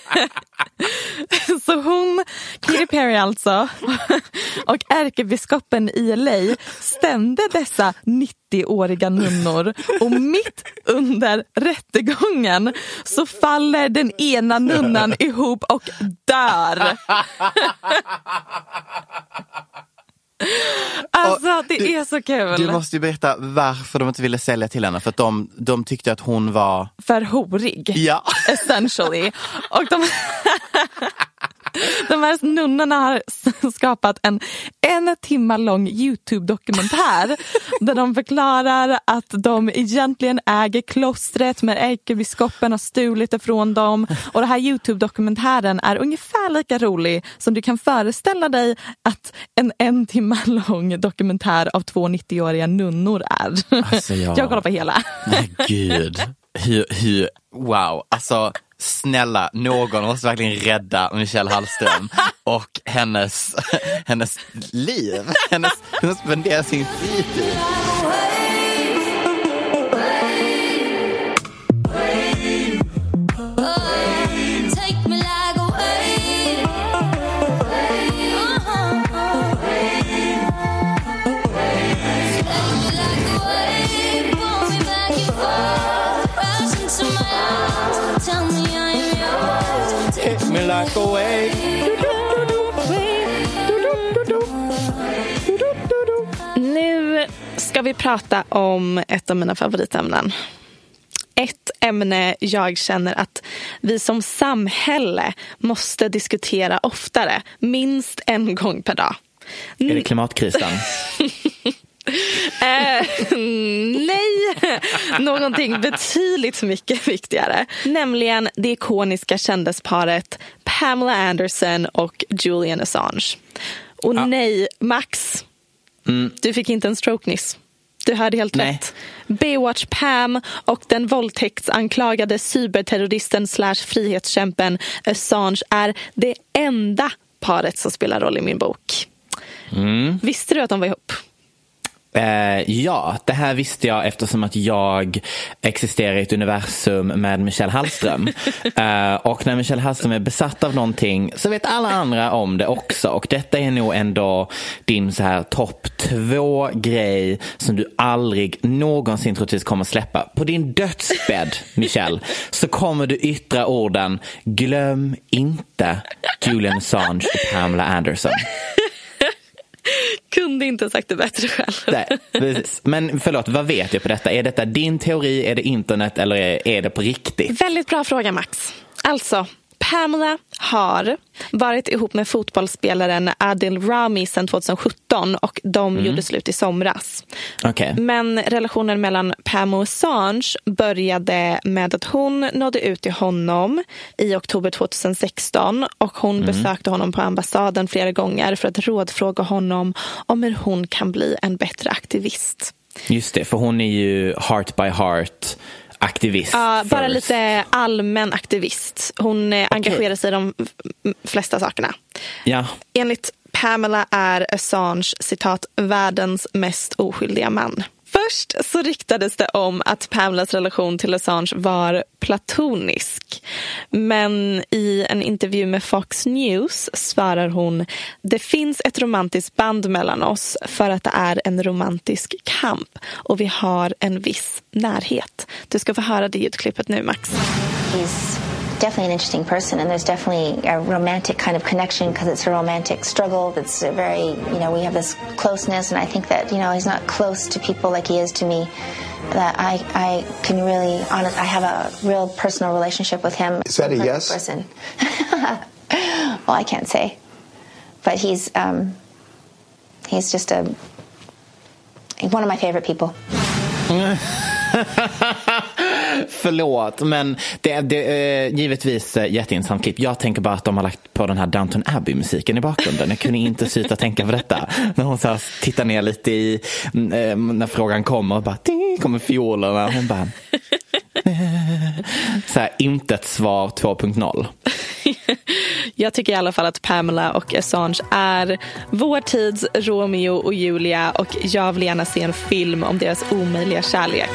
Så hon, Katy Perry alltså, och ärkebiskopen i LA stämde dessa 90-åriga nunnor, och mitt under rättegången så faller den ena nunnan ihop och dör. Alltså det är så kul. Du måste ju berätta varför de inte ville sälja till henne. För att de tyckte att hon var för horig. Ja. Essentially. Och de här nunnorna har skapat en timme lång YouTube-dokumentär där de förklarar att de egentligen äger klostret, men ärkebiskopen har stulit ifrån dem. Och den här YouTube-dokumentären är ungefär lika rolig som du kan föreställa dig att en timme lång dokumentär av 2 90-åriga nunnor är. Alltså, Jag kollar på hela. Nej, gud. Hur, wow. Alltså, snälla, någon måste verkligen rädda Michelle Hallström och hennes liv. Hon spenderar sin fritid. Nu ska vi prata om ett av mina favoritämnen. Ett ämne jag känner att vi som samhälle måste diskutera oftare, minst en gång per dag. Är det klimatkrisen? Nej, någonting betydligt mycket viktigare. Nämligen det ikoniska kändisparet Pamela Anderson och Julian Assange. Och nej, Max, du fick inte en stroke nyss. Du hörde helt rätt. Baywatch Pam och den våldtäktsanklagade cyberterroristen / frihetskämpen Assange är det enda paret som spelar roll i min bok. Visste du att de var ihop? Ja, det här visste jag eftersom att jag existerar i ett universum med Michelle Hallström. Och när Michelle Hallström är besatt av någonting så vet alla andra om det också. Och detta är nog ändå din så här topp 2 grej som du aldrig någonsin troligtvis kommer släppa. På din dödsbädd, Michelle, så kommer du yttra orden: glöm inte Julian Assange och Pamela Anderson. Kunde inte sagt det bättre själv. Nej, precis. Men förlåt, vad vet du på detta? Är detta din teori, är det internet eller är det på riktigt? Väldigt bra fråga, Max. Alltså, Pamela har varit ihop med fotbollsspelaren Adil Rami sedan 2017 och de gjorde slut i somras. Okay. Men relationen mellan Pam och Assange började med att hon nådde ut till honom i oktober 2016 och hon besökte honom på ambassaden flera gånger för att rådfråga honom om hur hon kan bli en bättre aktivist. Just det, för hon är ju heart by heart aktivist. Bara lite allmän aktivist. Hon engagerar sig i de flesta sakerna. Ja. Enligt Pamela är Assange, citat, världens mest oskyldiga man. Först så ryktades det om att Pamelas relation till Assange var platonisk. Men i en intervju med Fox News svarar hon: det finns ett romantiskt band mellan oss för att det är en romantisk kamp och vi har en viss närhet. Du ska få höra det ljudklippet nu, Max. He's definitely an interesting person, and there's definitely a romantic kind of connection because it's a romantic struggle that's a very, you know, we have this closeness, and I think that, you know, he's not close to people like he is to me, that I can really, I have a real personal relationship with him. Is that a yes? Person. Well, I can't say, but he's just one of my favorite people. Förlåt, men det är givetvis jätteintressant klipp. Jag tänker bara att de har lagt på den här Downton Abbey-musiken i bakgrunden. Jag kunde inte sluta tänka på detta. När hon så här tittar ner lite i när frågan kommer och bara kommer fiolerna. Hon bara så här, inte ett svar 2.0. Jag tycker i alla fall att Pamela och Assange är vår tids Romeo och Julia, och jag vill gärna se en film om deras omöjliga kärlek.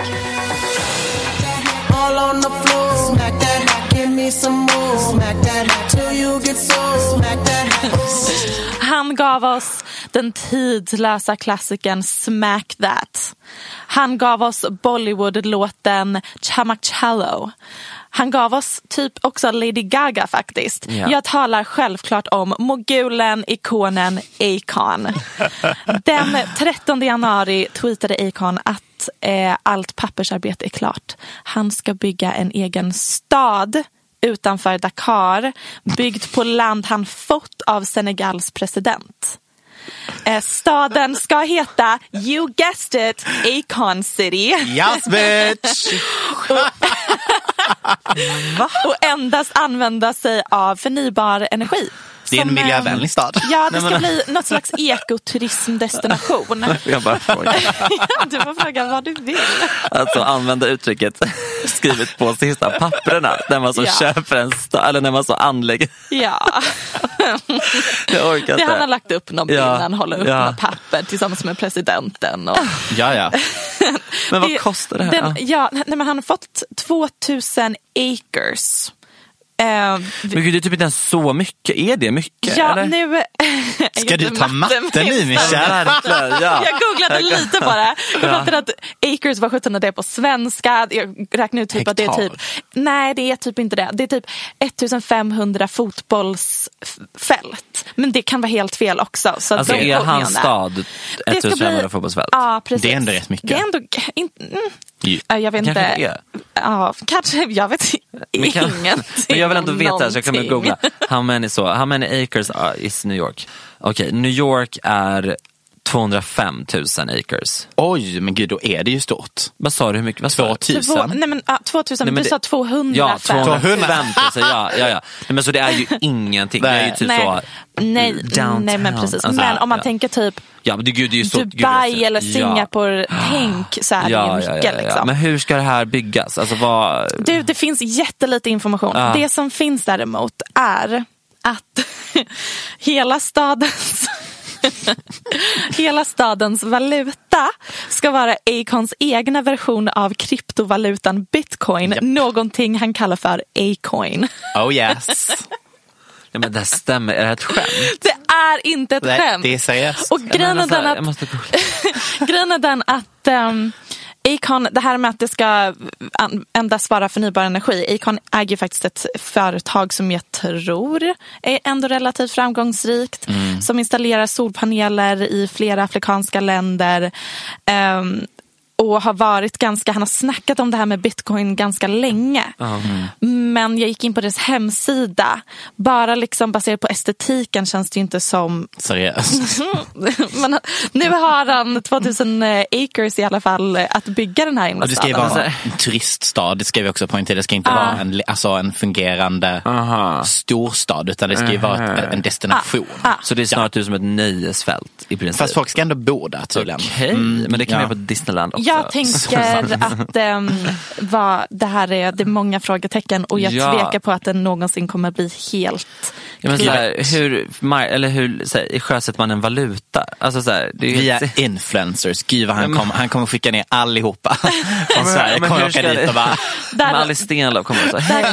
All on the floor, smack that, give me some more, smack that, till you get so, smack that. Han gav oss den tidlösa klassikern Smack That. Han gav oss Bollywood-låten Chamacello. Han gav oss typ också Lady Gaga faktiskt. Ja. Jag talar självklart om mogulen, ikonen Akon. Den 13 januari tweetade Akon att allt pappersarbete är klart. Han ska bygga en egen stad utanför Dakar, byggd på land han fått av Senegals president. Staden ska heta, you guessed it, Akon City. Yes, bitch! Och endast använda sig av förnybar energi. Det är en miljövänlig stad. Ja, det ska bli något slags ekoturismdestination. Jag bara frågar. Ja, du får fråga vad du vill. Alltså använda uttrycket skrivet på sista papperna när man så köper en stad, eller när man så anlägger. Ja. Jag orkar inte. Det han har lagt upp någon bild när han håller upp några papper tillsammans med presidenten. Och... Ja. Men vad kostar det här? Men han har fått 2000 acres. Men gud, det är typ inte ens så mycket. Är det mycket? Ja, eller? Nu... Ska du ta matten i, Michelle? Ja. Jag googlade lite bara. Jag fattade att acres var 17 det är på svenska. Jag räknar ut typ att det är typ... Nej, det är typ inte det. Det är typ 1500 fotbollsfält. Men det kan vara helt fel också. Så alltså är hans stad 1500 fotbollsfält? Ja, precis. Det är ändå rätt mycket. Det är ändå... Jag vet inte. Ja, kanske. Jag vet ingenting. Men jag vill ändå veta, så jag kan väl googla. How many acres is New York? Okej, New York är 205 000 acres. Oj, men gud, då är det ju stort. Vad sa du, hur mycket? 2000? Nej, men 2000, du sa 205. Ja, 205 000, ja. Nej, men så det är ju ingenting. Det är ju typ så downtown. Nej, men precis. Alltså, men om man tänker typ det är ju så, Dubai eller Singapore, tänk så är det ju mycket. Liksom. Men hur ska det här byggas? Alltså, det finns jättelite information. Det som finns däremot är att hela stadens valuta ska vara Akons egna version av kryptovalutan Bitcoin. Yep. Någonting han kallar för A-coin. Oh yes. Ja, men det stämmer, är det ett skämt? Det är inte ett skämt. Det är seriöst. Och grejen är den att Acon, det här med att det ska endast vara förnybar energi. Acon äger faktiskt ett företag som jag tror är ändå relativt framgångsrikt. Som installerar solpaneler i flera afrikanska länder. Och har varit han har snackat om det här med Bitcoin ganska länge. Men jag gick in på deras hemsida. Bara liksom baserat på estetiken känns det ju inte som... Seriöst. Men nu har han 2000 acres i alla fall att bygga den här och det ska ju vara en turiststad. Det ska vi också poängtera. Det ska inte vara en fungerande storstad. Utan det ska ju vara en destination. Så det är snarare ut som ett nöjesfält i princip. Fast folk ska ändå bo där tydligen. Okej, men det kan vara på Disneyland också. Jag tänker att det här är det är många frågetecken och jag tvekar på att den någonsin kommer bli helt hur sjösätter man en valuta? Alltså så här, det är via influencers. Gud vad han kommer skicka ner allihopa. Från Sverige kommer åka dit och bara Alice Stenlöf kommer så här.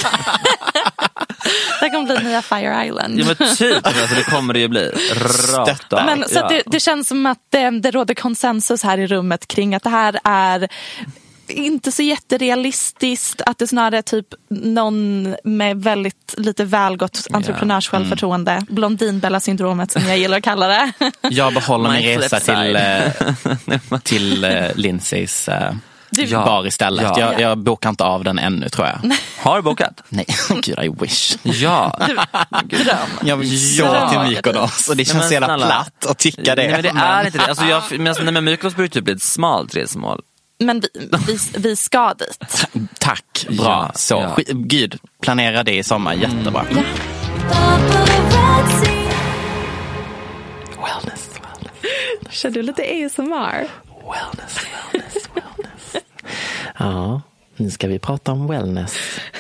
Det kommer bli nya Fire Island. Ja men typ, alltså det kommer det ju bli. Rakt av. Men så det känns som att det råder konsensus här i rummet kring att det här är inte så jätterealistiskt, att det snarare är typ någon med väldigt lite välgått entreprenörssjälvförtroende. Blondinbella-syndromet som jag gillar att kalla det. Jag behåller min resa till Lindsays bar istället. Jag bokar inte av den ännu tror jag. Har du bokat? Nej, gud I wish. Ja. Jag vill gå till Mykonos och det känns så jävla platt att tycka det. Nej, men det är inte det. Alltså men Mykonos blir typ ett smalt resmål. Men vi ska dit. Tack, bra. Gud, planera det i sommar, jättebra. Wellness. Kör du lite ASMR? Wellness. Ja, nu ska vi prata om wellness.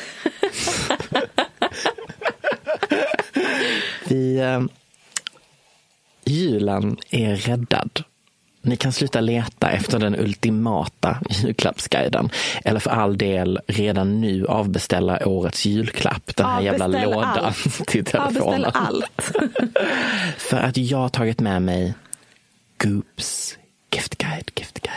Julen är räddad. Ni kan sluta leta efter den ultimata julklappsguiden. Eller för all del redan nu avbeställa årets julklapp. Den här jävla lådan till telefonen. Beställ allt. För att jag har tagit med mig Goops giftguide.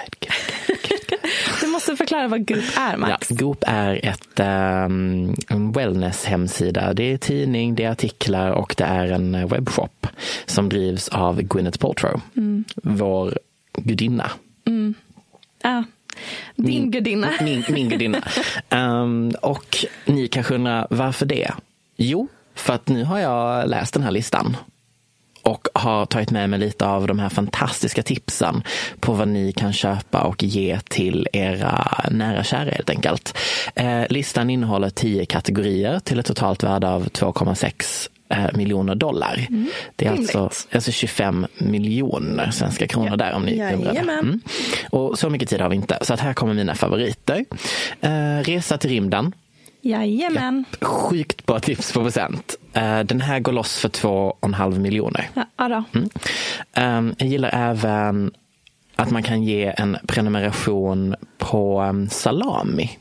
Du måste förklara vad Goop är, Max. Ja, Goop är en wellness-hemsida. Det är tidning, det är artiklar och det är en webbshop som drivs av Gwyneth Paltrow. Vår gudinna. Ja, din gudinna. Min gudinna. Och ni kanske undrar varför det? Jo, för att nu har jag läst den här listan. Och har tagit med mig lite av de här fantastiska tipsen på vad ni kan köpa och ge till era nära kära helt enkelt. Listan innehåller 10 kategorier till ett totalt värde av 2,6 miljoner dollar. Det är alltså 25 miljoner svenska kronor där om ni undrar. Och så mycket tid har vi inte. Så att här kommer mina favoriter. Resa till rymden. Jajamän. Ja, sjukt bra tips på present. Den här går loss för 2,5 miljoner. Ja då. Jag gillar även att man kan ge en prenumeration på salami.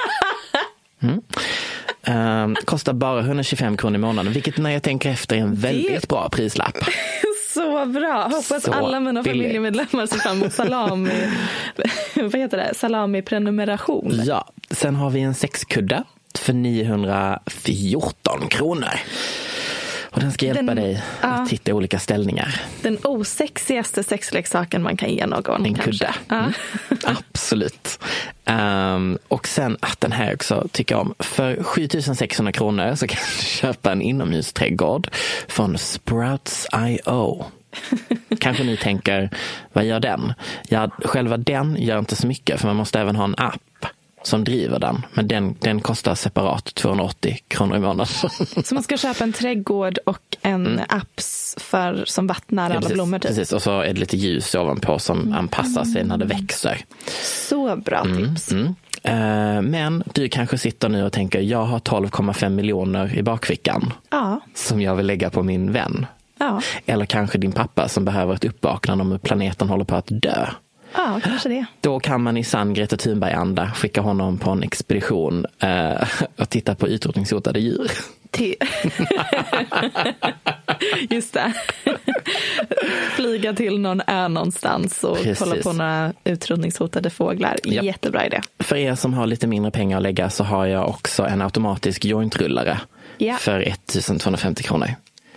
Kostar bara 125 kronor i månaden, vilket när jag tänker efter är en väldigt bra prislapp. Så bra. Hoppas så alla mina familjemedlemmar ser fram emot salami. Vad heter det? Salami-prenumeration. Ja, sen har vi en sexkudde för 914 kronor. Och den ska hjälpa dig att hitta olika ställningar. Den osexigaste sexleksaken man kan ge någon. En kudde. Absolut. Och sen att den här också tycker jag om. För 7600 kronor så kan du köpa en inomhusträdgård från Sprouts.io. Kanske ni tänker, vad gör den? Ja, själva den gör inte så mycket för man måste även ha en app som driver den. Men den kostar separat 280 kronor i månaden. Så man ska köpa en trädgård och en app som vattnar alla blommor typ. Precis, och så är det lite ljus ovanpå som anpassar sig när det växer. Så bra tips. Men du kanske sitter nu och tänker, jag har 12,5 miljoner i bakfickan som jag vill lägga på min vän. Ja. Eller kanske din pappa som behöver ett uppvaknande om hur planeten håller på att dö. Ja, kanske det. Då kan man i sann Greta Thunberg-anda skicka honom på en expedition och titta på utrotningshotade djur. Just det. flyga till någon ö någonstans och kolla på några utrotningshotade fåglar. Japp. Jättebra idé. För er som har lite mindre pengar att lägga så har jag också en automatisk jointrullare för 1250 kronor.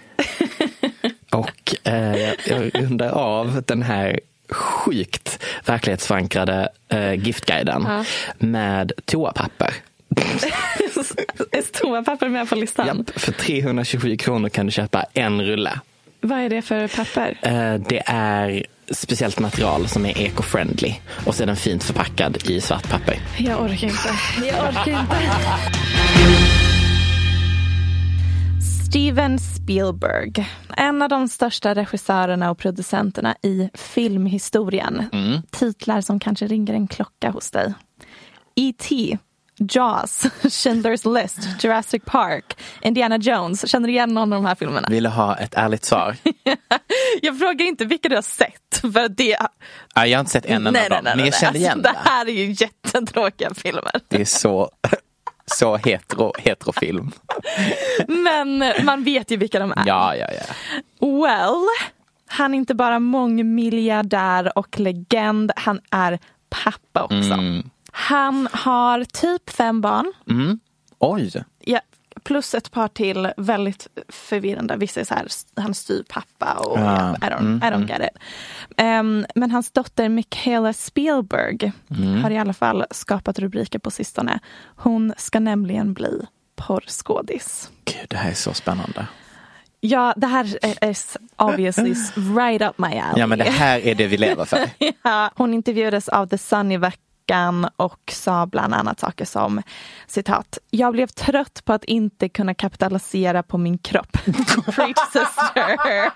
Och jag undrar av den här sjukt verklighetsförankrade giftguiden med toapapper. Är toapapper med på listan? Japp, för 327 kronor kan du köpa en rulle. Vad är det för papper? Det är speciellt material som är eco-friendly. Och så är den fint förpackad i svart papper. Jag orkar inte. Steven Spielberg, en av de största regissörerna och producenterna i filmhistorien. Titlar som kanske ringer en klocka hos dig. E.T., Jaws, Schindler's List, Jurassic Park, Indiana Jones. Känner du igen någon av de här filmerna? Vill du ha ett ärligt svar? Jag frågar inte vilka du har sett. För det... Jag har inte sett en av dem. Men jag kände igen det här är ju jättetråkiga filmer. Det är så heterofilm. Men man vet ju vilka de är. Ja. Well, han är inte bara mångmiljardär och legend. Han är pappa också. Han har typ 5 barn. Oj. Ja, plus ett par till. Väldigt förvirrande. Vissa är så här, han styr pappa och I don't get it. Men hans dotter Michaela Spielberg har i alla fall skapat rubriker på sistone. Hon ska nämligen bli porrskådis. Gud, det här är så spännande. Ja, det här är obviously right up my alley. Ja, men det här är det vi lever för. Ja, hon intervjuades av The Sun i veckan och sa bland annat saker som, citat, jag blev trött på att inte kunna kapitalisera på min kropp. Preach sister.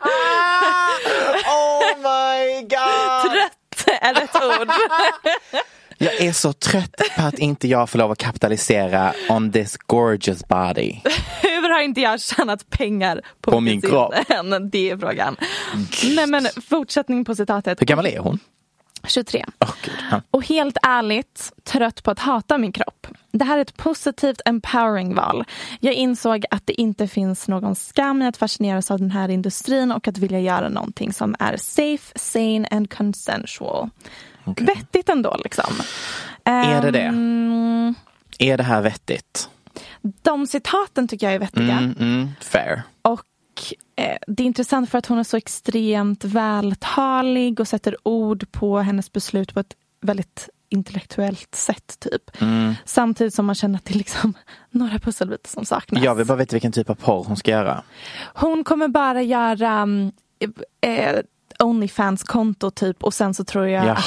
Oh my god! Trött är rätt ord. Jag är så trött på att inte jag får lov att kapitalisera on this gorgeous body. Hur har inte jag tjänat pengar på min kropp? Det är frågan. Nej, men fortsättning på citatet. Hur gammal är hon? 23. Gud, ja. Och helt ärligt, trött på att hata min kropp. Det här är ett positivt empowering val. Jag insåg att det inte finns någon skam i att fascineras av den här industrin och att vilja göra någonting som är safe, sane and consensual. Okay. Vettigt ändå liksom. Är det? Är det här vettigt? De citaten tycker jag är vettiga. Fair. Och det är intressant för att hon är så extremt vältalig och sätter ord på hennes beslut på ett väldigt intellektuellt sätt typ. Samtidigt som man känner att det är liksom några pusselbitar som saknas. Jag vill bara veta vilken typ av porr hon ska göra. Hon kommer bara göra OnlyFans-konto typ, och sen så tror jag att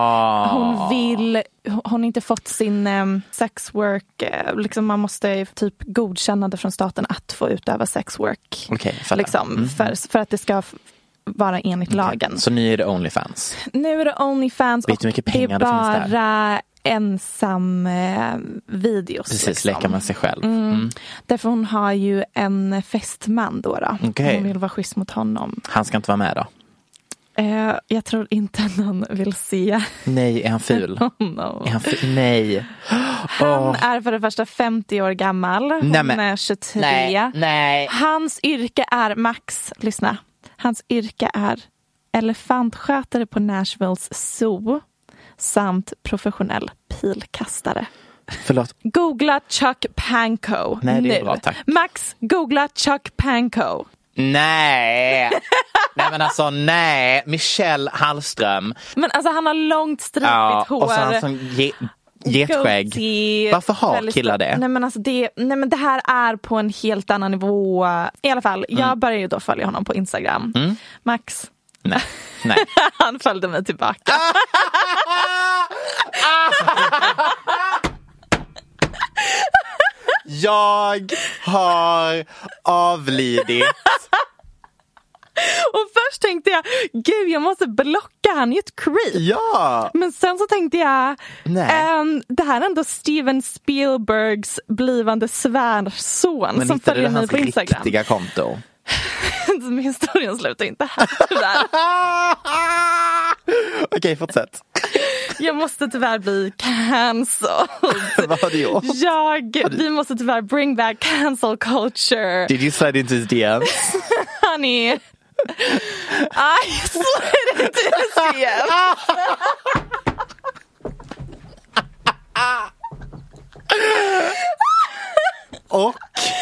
hon inte fått sin sexwork, liksom man måste typ godkänna det från staten att få utöva sexwork. Okay, liksom, för att det ska vara enligt lagen. Så nu är det OnlyFans? Nu är det OnlyFans och mycket pengar det är bara ensam videos. Precis, liksom. leker man sig själv. Därför hon har ju en festman då. Okay. Hon vill vara schysst mot honom. Han ska inte vara med då? Jag tror inte någon vill se. Nej, är han ful? No. Är han ful? Nej. Han är för det första 50 år gammal. Hon är 23. Nej. Hans yrke är, Max, lyssna. Hans yrke är elefantskötare på Nashvilles zoo samt professionell pilkastare. Förlåt. Googla Chuck Pankow. Nej, det är nu. bra, tack. Max, googla Chuck Pankow. Nej. Nej, men alltså nej. Michelle Hallström. Men alltså han har långt stripigt hår. Och så har han sån getskägg. Varför har killar det? Nej men alltså det här är på en helt annan nivå. I alla fall, jag började ju då följa honom på Instagram. Max. Nej. Han följde mig tillbaka. Jag har avlidit. Och först tänkte jag, gud jag måste blocka, han är ju ett creep. Ja. Men sen så tänkte jag, det här är ändå Steven Spielbergs blivande svärson. Men som följer mig på Instagram. Men riktiga konto? Min historien slutar inte här. Okej, fortsätt. Jag måste tyvärr bli cancelled. Vad har du gjort? Vi måste tyvärr bring back cancel culture. Did you slide into his DMs? Honey, I slid into his DM. Och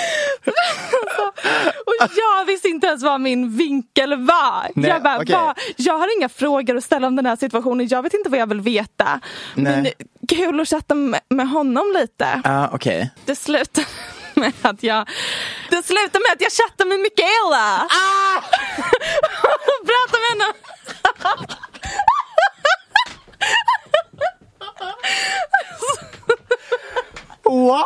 jag visste inte ens vad min vinkel var. Nej, jag bara, okay. Jag har inga frågor att ställa om den här situationen. Jag vet inte vad jag vill veta. Nej. Men kul att chatta med honom lite. Okej. Det slutar med att jag chattar med Michaela. Och pratar med henne. What?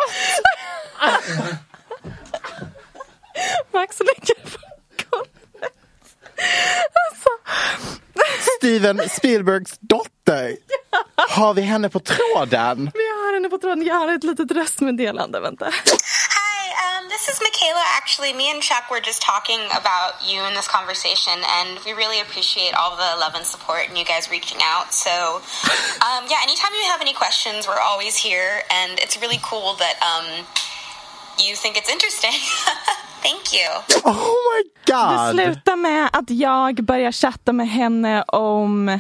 Max ligger på golvet. Alltså. Steven Spielbergs dotter. Har vi henne på tråden? Vi har henne på tråden. Jag har ett litet röstmeddelande, vänta. Hi, this is Michaela. Actually, me and Chuck were just talking about you in this conversation, and we really appreciate all the love and support and you guys reaching out. So, anytime you have any questions, we're always here, and it's really cool that you think it's interesting. Thank you. Oh my god. Det slutar med att jag börjar chatta med henne om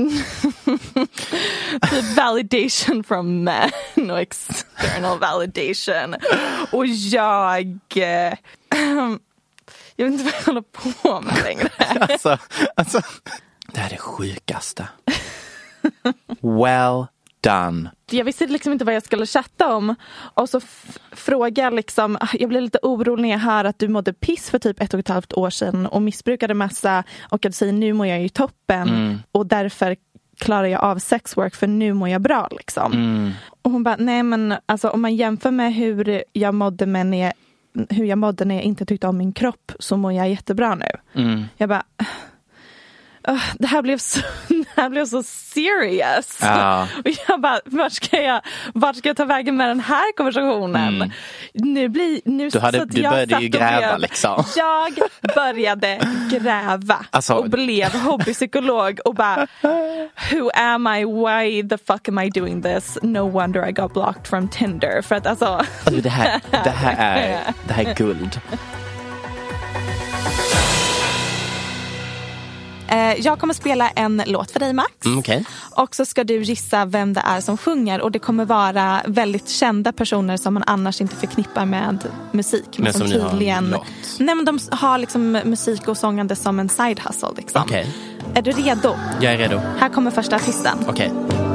typ validation from men och external validation. Och jag vet inte vad jag håller på med längre. Alltså, det här är det sjukaste. Well done. Jag visste liksom inte vad jag skulle chatta om. Och så frågade jag liksom, jag blev lite orolig när jag hör att du mådde piss för typ 1,5 år sedan och missbrukade massa, och att säga nu mår jag i toppen och därför klarar jag av sexwork för nu mår jag bra liksom. Och hon bara, nej men alltså om man jämför med hur jag mådde när jag inte tyckte om min kropp, så mår jag jättebra nu. Jag bara, det här blev så serious. Ja. Och jag bara, vart ska jag ta vägen med den här konversationen? Nu började ju gräva liksom. Jag började gräva och blev hobbypsykolog och bara, who am I? Why the fuck am I doing this? No wonder I got blocked from Tinder. För att alltså det här är guld. Jag kommer spela en låt för dig, Max. Okay. Och så ska du gissa vem det är som sjunger. Och det kommer vara väldigt kända personer som man annars inte förknippar med musik. Men som tydligen, ni har nej, men de har liksom musik och sångande som en side hustle liksom. Okay. Är du redo? Jag är redo. Här kommer första artisten. Okej.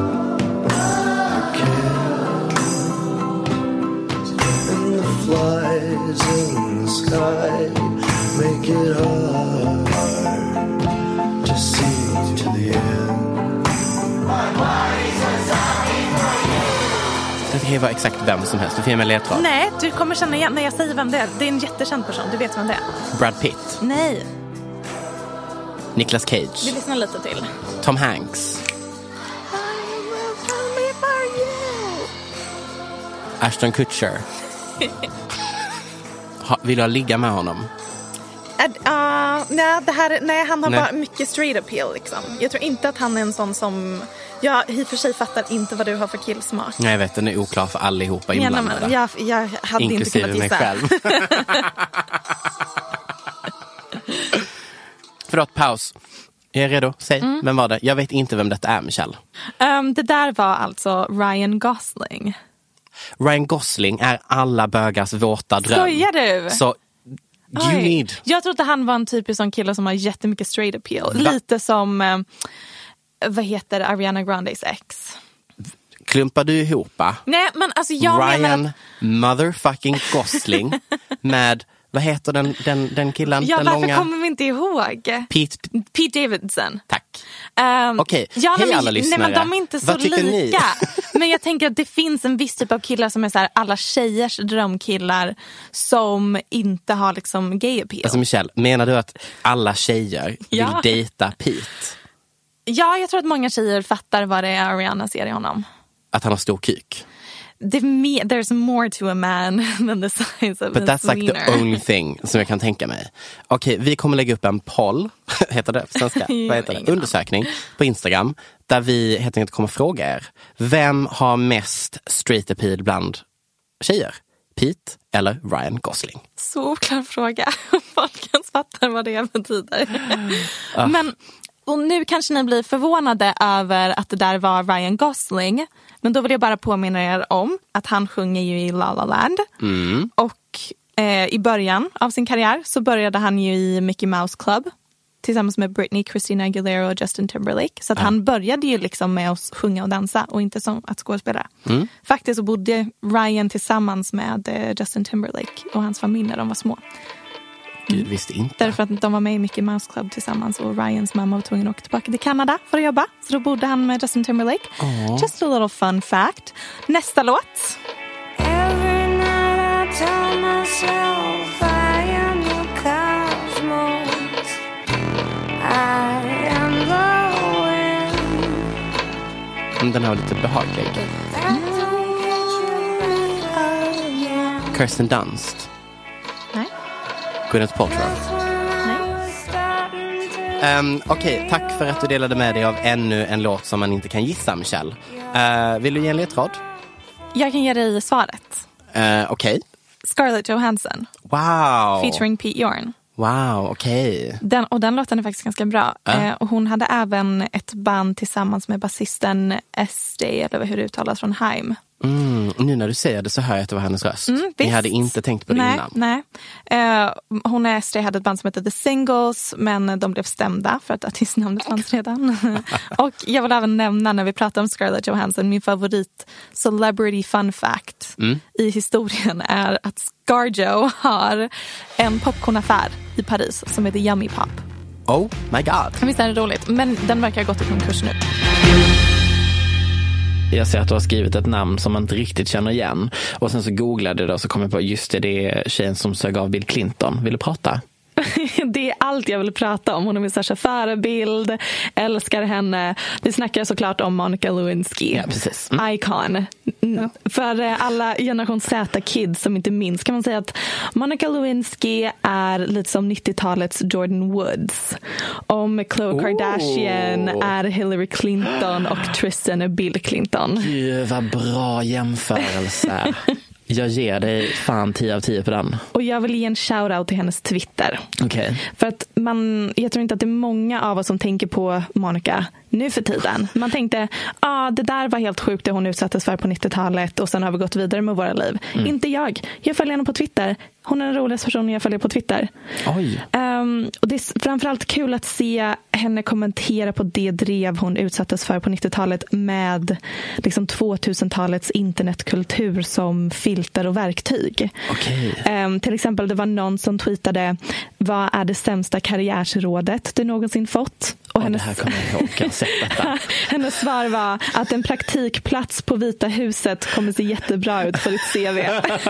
Det kan vara exakt vem som helst. Du får ge mig ledtråd. Nej, du kommer känna igen när jag säger vem det är. Det är en jättekänd person, du vet vem det är. Brad Pitt. Nej. Nicolas Cage. Vi lyssnar lite till. Tom Hanks. Ashton Kutcher. Vill du ligga med honom? Nej, han har bara mycket straight appeal liksom. Jag tror inte att han är en sån som... Jag i och för sig fattar inte vad du har för killsmak. Nej, jag vet, den är oklar för allihopa inblandade. Jag hade inklusive inte kunnat gissa. Mig själv. Förlåt, paus. Jag är redo. Säg, vem var det? Jag vet inte vem detta är, Michelle. Det där var alltså Ryan Gosling. Ryan Gosling är alla bögars våta dröm. Skojar du? Så jag trodde han var en typisk sån kille som har jättemycket straight appeal. Lite som vad heter Ariana Grandes ex? Klumpar du ihop? Nej, men alltså jag Ryan motherfucking Gosling med, vad heter den killen? Ja, den varför långa... kommer vi inte ihåg? Pete Davidson. Tack. Okej, hej alla lyssnare. Nej, men de är inte så lika. Men jag tänker att det finns en viss typ av killar som är så här, alla tjejers drömkillar som inte har liksom gay appeal. Alltså Michelle, menar du att alla tjejer vill dejta Pete? Ja, jag tror att många tjejer fattar vad det är Ariana ser i honom. Att han har stor kuk. There's more to a man than the size of But his that's like wiener. the only thing som jag kan tänka mig. Okej, vi kommer lägga upp en poll, heter det på svenska? Vad heter det? Undersökning på Instagram, där vi helt enkelt kommer fråga er. Vem har mest straight appeal bland tjejer? Pete eller Ryan Gosling? Så oklar fråga. Folk ens fattar vad det betyder. Men och nu kanske ni blir förvånade över att det där var Ryan Gosling. Men då vill jag bara påminna er om att han sjunger ju i La La Land. Och i början av sin karriär så började han ju i Mickey Mouse Club tillsammans med Britney, Christina Aguilera och Justin Timberlake. Så att han började ju liksom med att sjunga och dansa och inte som att skådespela. Faktiskt så bodde Ryan tillsammans med Justin Timberlake och hans familj när de var små. Gud, visste inte. Därför att de var med i Mickey Mouse Club tillsammans och Ryans mamma var tvungen att åka tillbaka till Kanada för att jobba. Så då bodde han med Justin Timberlake. Just a little fun fact. Nästa låt. Every night I tell myself I am the cosmos. I am the wind. Den här var lite behaglig. Kirsten Dunst. Nej. Gwyneth Paltrow. Okej, tack för att du delade med dig av ännu en låt som man inte kan gissa, Michelle. Vill du ge en ledtråd? Jag kan ge dig svaret. Okej. Scarlett Johansson. Wow. Featuring Pete Yorn. Wow, okej. Den låten är faktiskt ganska bra. Och hon hade även ett band tillsammans med basisten SD, eller hur det uttalas, från Haim. Nu när du säger det så hör jag att det var hennes röst. Jag hade inte tänkt på det innan. Nej. Hon och SD hade ett band som hette The Singles, men de blev stämda för att artistnamnet fanns redan. Och jag vill även nämna, när vi pratar om Scarlett Johansson, min favorit celebrity fun fact i historien är att ScarJo har en popcornaffär i Paris som heter Yummy Pop. Oh my god. Visst är det roligt, men den verkar ha gått i konkurs nu. Jag ser att du har skrivit ett namn som man inte riktigt känner igen. Och sen så googlade jag det och så kom jag på, just det är tjejen som sög av Bill Clinton. Vill du prata? Det är allt jag vill prata om. Hon är min största förebild. Älskar henne. Vi snackar såklart om Monica Lewinsky. Ja, precis. Icon. För alla generation Z-kids som inte minns kan man säga att Monica Lewinsky är lite som 90-talets Jordan Woods. Om Khloe Kardashian är Hillary Clinton och Tristan är Bill Clinton. Gud, vad bra jämförelse. Jag ger dig fan 10 av 10 på den. Och jag vill ge en shoutout till hennes Twitter. Okej. För att jag tror inte att det är många av oss som tänker på Monica nu för tiden. Man tänkte, det där var helt sjukt det hon utsattes för på 90-talet och sen har vi gått vidare med våra liv. Inte jag. Jag följer henne på Twitter. Hon är den roligaste personen jag följer på Twitter. Oj. Och det är framförallt kul att se henne kommentera på det drev hon utsattes för på 90-talet med liksom 2000-talets internetkultur som filter och verktyg. Okay. Till exempel det var någon som tweetade, vad är det sämsta karriärsrådet du någonsin fått? Och det här kommer jag ihåg, jag har sett detta. Hennes svar var att en praktikplats på Vita huset kommer se jättebra ut för ditt CV.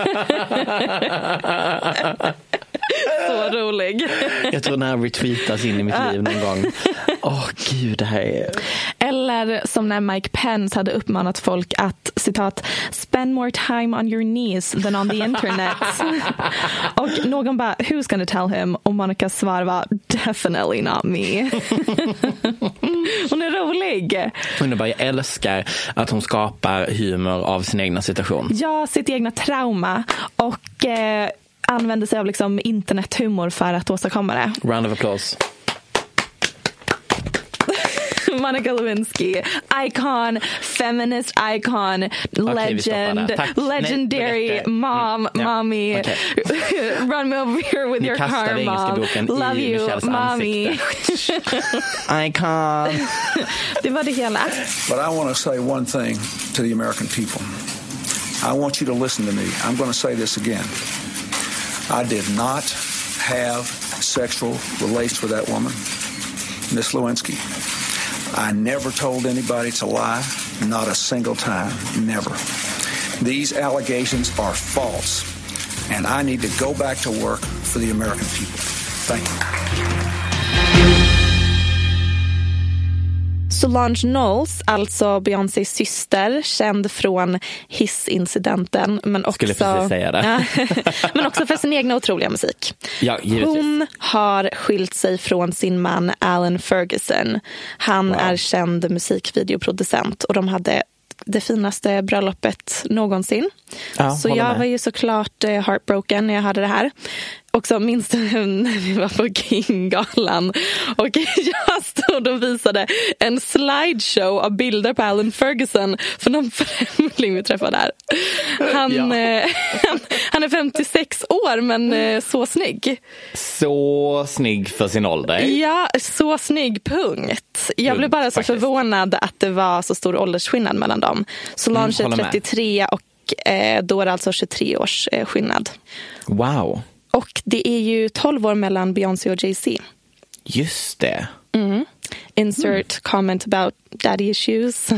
Så rolig. Jag tror den här retweetas in i mitt liv någon gång. Gud, det här är... Eller som när Mike Pence hade uppmanat folk att, citat, spend more time on your knees than on the internet. Och någon bara, who's gonna tell him? Och Monikas svar var, definitely not me. Hon är rolig. Jag älskar att hon skapar humor av sin egna situation. Ja, sitt egna trauma. Och använder sig av liksom internethumor för att åstadkomma det. Round of applause. Monica Lewinsky, icon, feminist icon, legend, legendary mom, mommy. Okay. Run me over here with your car, mom. Love you, mommy. Icon. Det var det hela. But I want to say one thing to the American people. I want you to listen to me. I'm going to say this again. I did not have sexual relations with that woman, Miss Lewinsky. I never told anybody to lie, not a single time, never. These allegations are false, and I need to go back to work for the American people. Thank you. Solange Knowles, alltså Beyoncés syster, känd från hissincidenten, men också, skulle precis säga det. Men också för sin egna otroliga musik. Ja, hon har skilt sig från sin man Alan Ferguson. Han är känd musikvideoproducent och de hade det finaste bröllopet någonsin. Ja, så håller jag med. var ju såklart heartbroken när jag hörde det här. Också minns du när vi var på King-galan och jag stod och visade en slideshow av bilder på Alan Ferguson för någon främling vi träffade där. Han är 56 år men så snygg. Så snygg för sin ålder. Ja, så snygg, punkt. Jag blev bara så förvånad att det var så stor åldersskillnad mellan dem. Solange är 33 och då är det alltså 23 års skillnad. Wow. Och det är ju 12 år mellan Beyoncé och Jay-Z. Just det. Insert comment about daddy issues.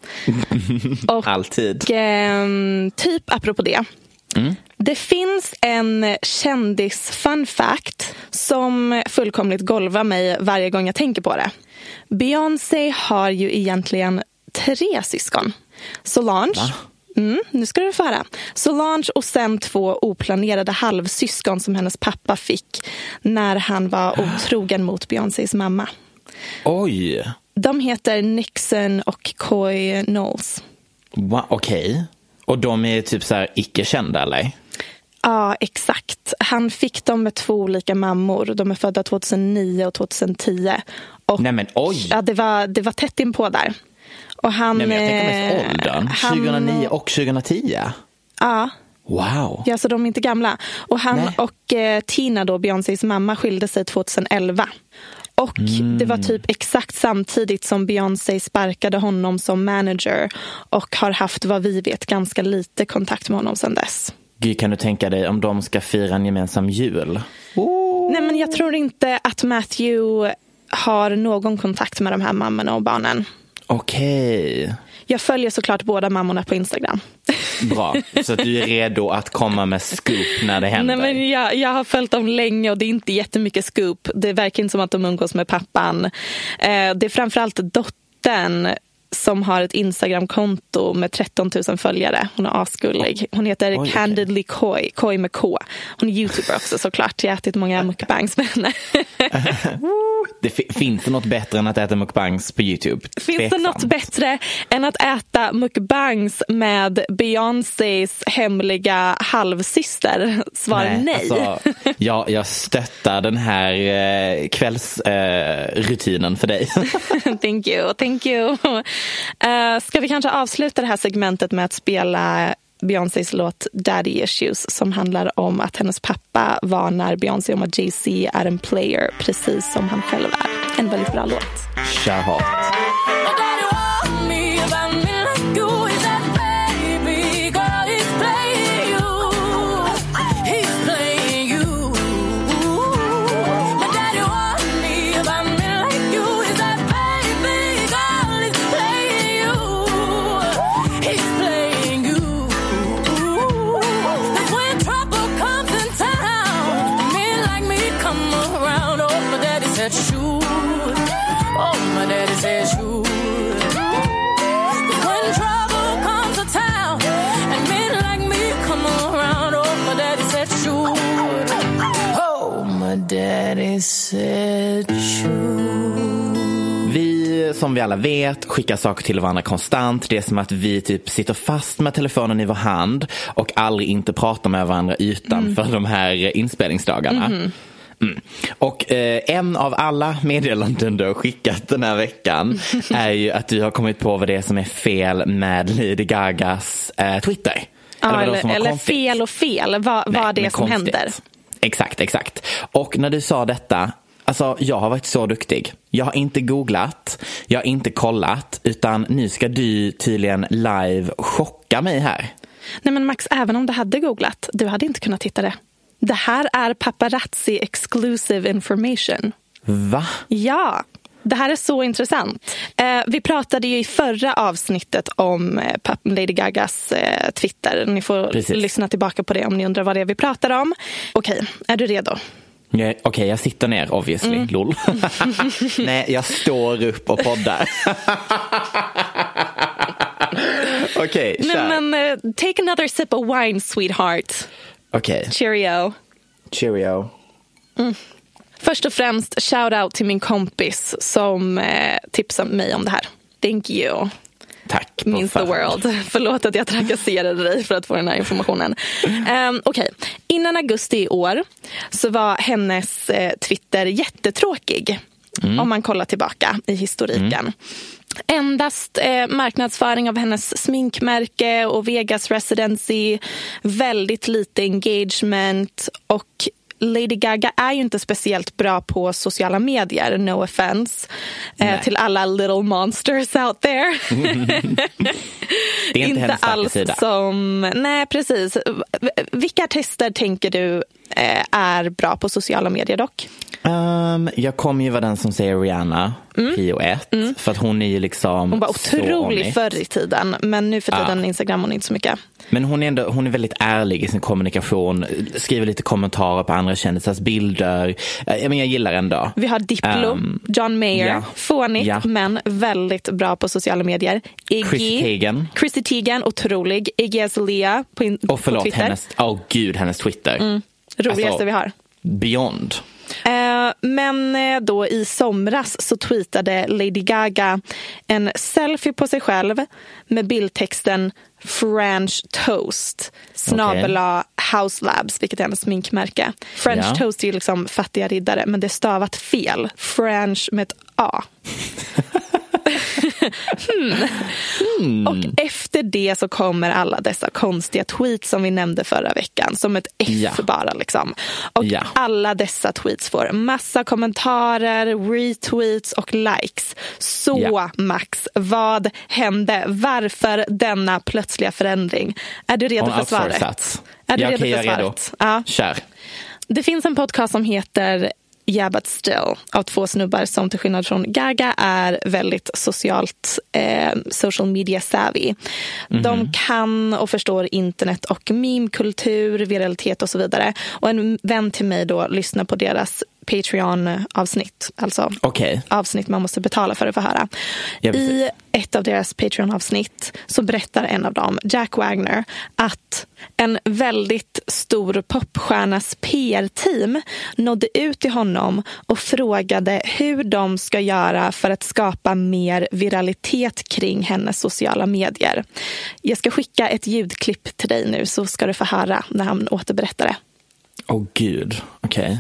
Och, alltid. Typ apropå det. Det finns en kändis fun fact som fullkomligt golvar mig varje gång jag tänker på det. Beyoncé har ju egentligen 3 syskon. Solange. Va? Nu ska du få höra. Solange och sen 2 oplanerade halvsyskon som hennes pappa fick när han var otrogen mot Beyoncés mamma. Oj. De heter Nixon och Coy Knowles. Wow, okej. Och de är typ så här icke-kända, eller? Ja, exakt. Han fick dem med 2 olika mammor. De är födda 2009 och 2010. Och nej men oj. Ja, det var tätt in på där. Och han, nej, men jag tänker mest åldern. 2009 och 2010. Ja. Wow. Ja, så de är inte gamla. Och han och Tina då, Beyoncés mamma, skilde sig 2011. Och det var typ exakt samtidigt som Beyoncé sparkade honom som manager och har haft, vad vi vet, ganska lite kontakt med honom sedan dess. Gud, kan du tänka dig om de ska fira en gemensam jul? Nej, men jag tror inte att Matthew har någon kontakt med de här mammorna och barnen. Okej. Jag följer såklart båda mammorna på Instagram. Bra, så att du är redo att komma med scoop när det händer. Nej, men jag har följt dem länge och det är inte jättemycket scoop. Det verkar inte som att de umgås med pappan. Det är framförallt dottern som har ett Instagram-konto med 13 000 följare. Hon är asgullig. Hon heter Candidly Coy, Coy med K. Hon är YouTuber också såklart. Jag har ätit många mukbangs med henne. Finns det något bättre än att äta mukbangs på YouTube? Finns det något bättre än att äta mukbangs med Beyoncés hemliga halvsyster? Svar nej. Alltså, jag stöttar den här kvällsrutinen för dig. Thank you. Ska vi kanske avsluta det här segmentet med att spela Beyoncés låt Daddy Issues som handlar om att hennes pappa varnar Beyoncé om att Jay-Z är en player precis som han själv är. En väldigt bra låt. Kör hårt. Vi, som vi alla vet, skickar saker till varandra konstant. Det är som att vi typ sitter fast med telefonen i vår hand och aldrig inte pratar med varandra utanför de här inspelningsdagarna. Och en av alla meddelanden du har skickat den här veckan är ju att du har kommit på vad det är som är fel med Lady Gagas Twitter. Eller fel och fel. Vad det är som händer. Exakt. Och när du sa detta, alltså jag har varit så duktig. Jag har inte googlat, jag har inte kollat, utan nu ska du tydligen live chocka mig här. Nej men Max, även om du hade googlat, du hade inte kunnat hitta det. Det här är paparazzi exclusive information. Va? Ja, det här är så intressant. Vi pratade ju i förra avsnittet om Lady Gagas Twitter. Ni får lyssna tillbaka på det om ni undrar vad det är vi pratar om. Okej, är du redo? Okej, jag sitter ner obviously, lol. Nej, jag står upp och poddar. Okej, kör. Men take another sip of wine, sweetheart. Okej. Cheerio. Först och främst, shout out till min kompis som tipsade mig om det här. Thank you. Tack. Means the world. Förlåt att jag trakasserade dig för att få den här informationen. Okej. Innan augusti i år så var hennes Twitter jättetråkig. Om man kollar tillbaka i historiken. Endast marknadsföring av hennes sminkmärke och Vegas residency, väldigt lite engagement, och Lady Gaga är ju inte speciellt bra på sociala medier, no offense till alla little monsters out there. Det är inte hennes starka sida. Nej, precis. Vilka artister tänker du är bra på sociala medier dock? Jag kommer ju vara den som säger Rihanna, prio 1, för att hon är ju liksom hon var otrolig förr i tiden, men nu för tiden Instagram hon inte så mycket. Men hon är väldigt ärlig i sin kommunikation, skriver lite kommentarer på andra kändisars bilder. Jag gillar ändå. Vi har Diplo, John Mayer, fånigt men väldigt bra på sociala medier. Chrissy Teigen, otrolig. Iggy Azalea på Twitter. Hennes Twitter. Roligaste vi har. Beyond. Men då i somras så tweetade Lady Gaga en selfie på sig själv med bildtexten French Toast / House Labs, vilket är hennes sminkmärke. French Toast är ju liksom fattiga riddare, men det är stavat fel. French med ett A. Och efter det så kommer alla dessa konstiga tweets som vi nämnde förra veckan, som ett F bara liksom. Och alla dessa tweets får massa kommentarer, retweets och likes. Så Max, vad hände? Varför denna plötsliga förändring? Är du redo för svaret? Ja. Kör. Det finns en podcast som heter Yeah But Still av 2 snubbar som till skillnad från Gaga är väldigt social media savvy. De kan och förstår internet och meme-kultur, viralitet och så vidare. Och en vän till mig då lyssnar på deras Patreon-avsnitt. Alltså avsnitt man måste betala för att få höra. I ett av deras Patreon-avsnitt så berättar en av dem, Jack Wagner, att en väldigt stor popstjärnas PR-team nådde ut till honom och frågade hur de ska göra för att skapa mer viralitet kring hennes sociala medier. Jag ska skicka ett ljudklipp till dig nu så ska du få höra när han återberättar det. Gud, okej.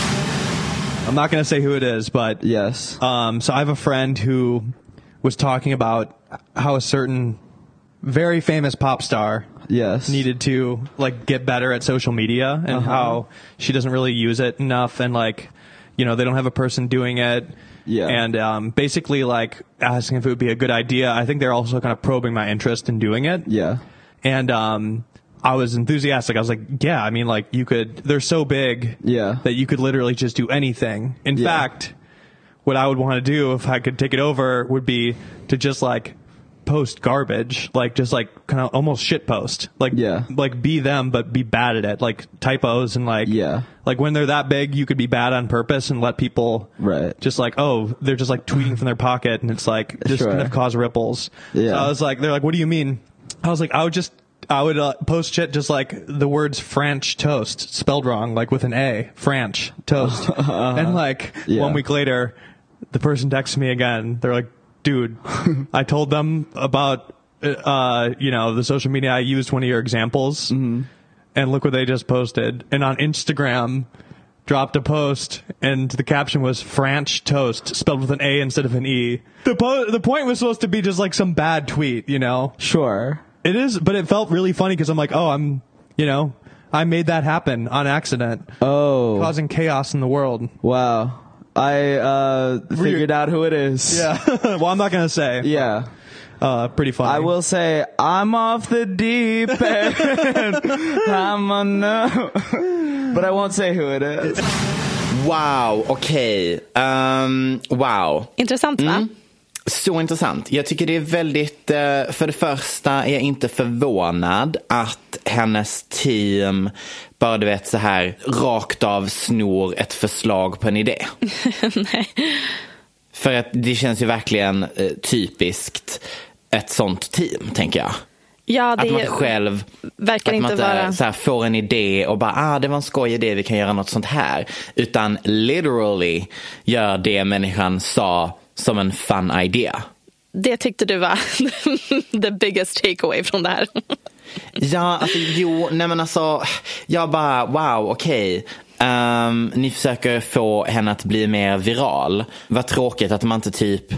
I'm not going to say who it is, but yes. So I have a friend who was talking about how a certain very famous pop star needed to get better at social media and how she doesn't really use it enough, and they don't have a person doing it. And basically asking if it would be a good idea. I think they're also kind of probing my interest in doing it. And I was enthusiastic. I was like, you could, they're so big that you could literally just do anything. In fact, what I would want to do if I could take it over would be to just post garbage, kind of almost shit post. Be them, but be bad at it. Typos and when they're that big, you could be bad on purpose and let people just they're just tweeting from their pocket, and it's just kind of cause ripples. So I was they're what do you mean? I was I would post shit just the words French toast spelled wrong, with an A, French toast. And 1 week later, the person texts me again. They're dude, I told them about, the social media. I used one of your examples, and look what they just posted. And on Instagram, dropped a post, and the caption was French toast spelled with an A instead of an E. The point was supposed to be just some bad tweet, Sure. It is, but it felt really funny because I'm I made that happen on accident. Causing chaos in the world. Wow. I figured out who it is. Yeah. Well, I'm not going to say. Yeah. Pretty funny. I will say, I'm off the deep end. I'm on no. But I won't say who it is. Wow, okej. Wow. Intressant, va? Så intressant. Jag tycker det är väldigt, för det första är jag inte förvånad att hennes team bara så här rakt av snor ett förslag på en idé. Nej. För att det känns ju verkligen typiskt ett sånt team, tänker jag. Ja, det att man själv verkar inte vara så här, får en idé och bara det var en skoj idé, vi kan göra något sånt här, utan literally gör det människan sa som en fun idea. det tyckte du var the biggest takeaway från det här. Ja, alltså jag bara wow, okej. Ni försöker få henne att bli mer viral. Vad tråkigt att man inte typ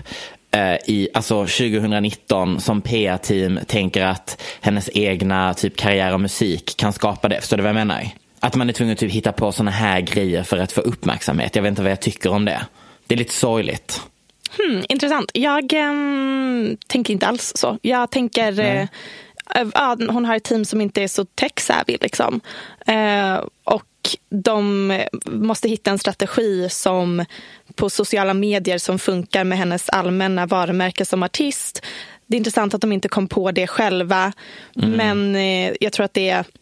alltså 2019 som PR-team tänker att hennes egna typ karriär och musik kan skapa det. Förstår du vad jag menar? Att man är tvungen att typ hitta på såna här grejer för att få uppmärksamhet. Jag vet inte vad jag tycker om det. Det är lite sorgligt. Intressant. Jag tänker inte alls så. Jag tänker hon har ett team som inte är så tech-savvy liksom. Och de måste hitta en strategi som på sociala medier som funkar med hennes allmänna varumärke som artist. Det är intressant att de inte kom på det själva. Men jag tror att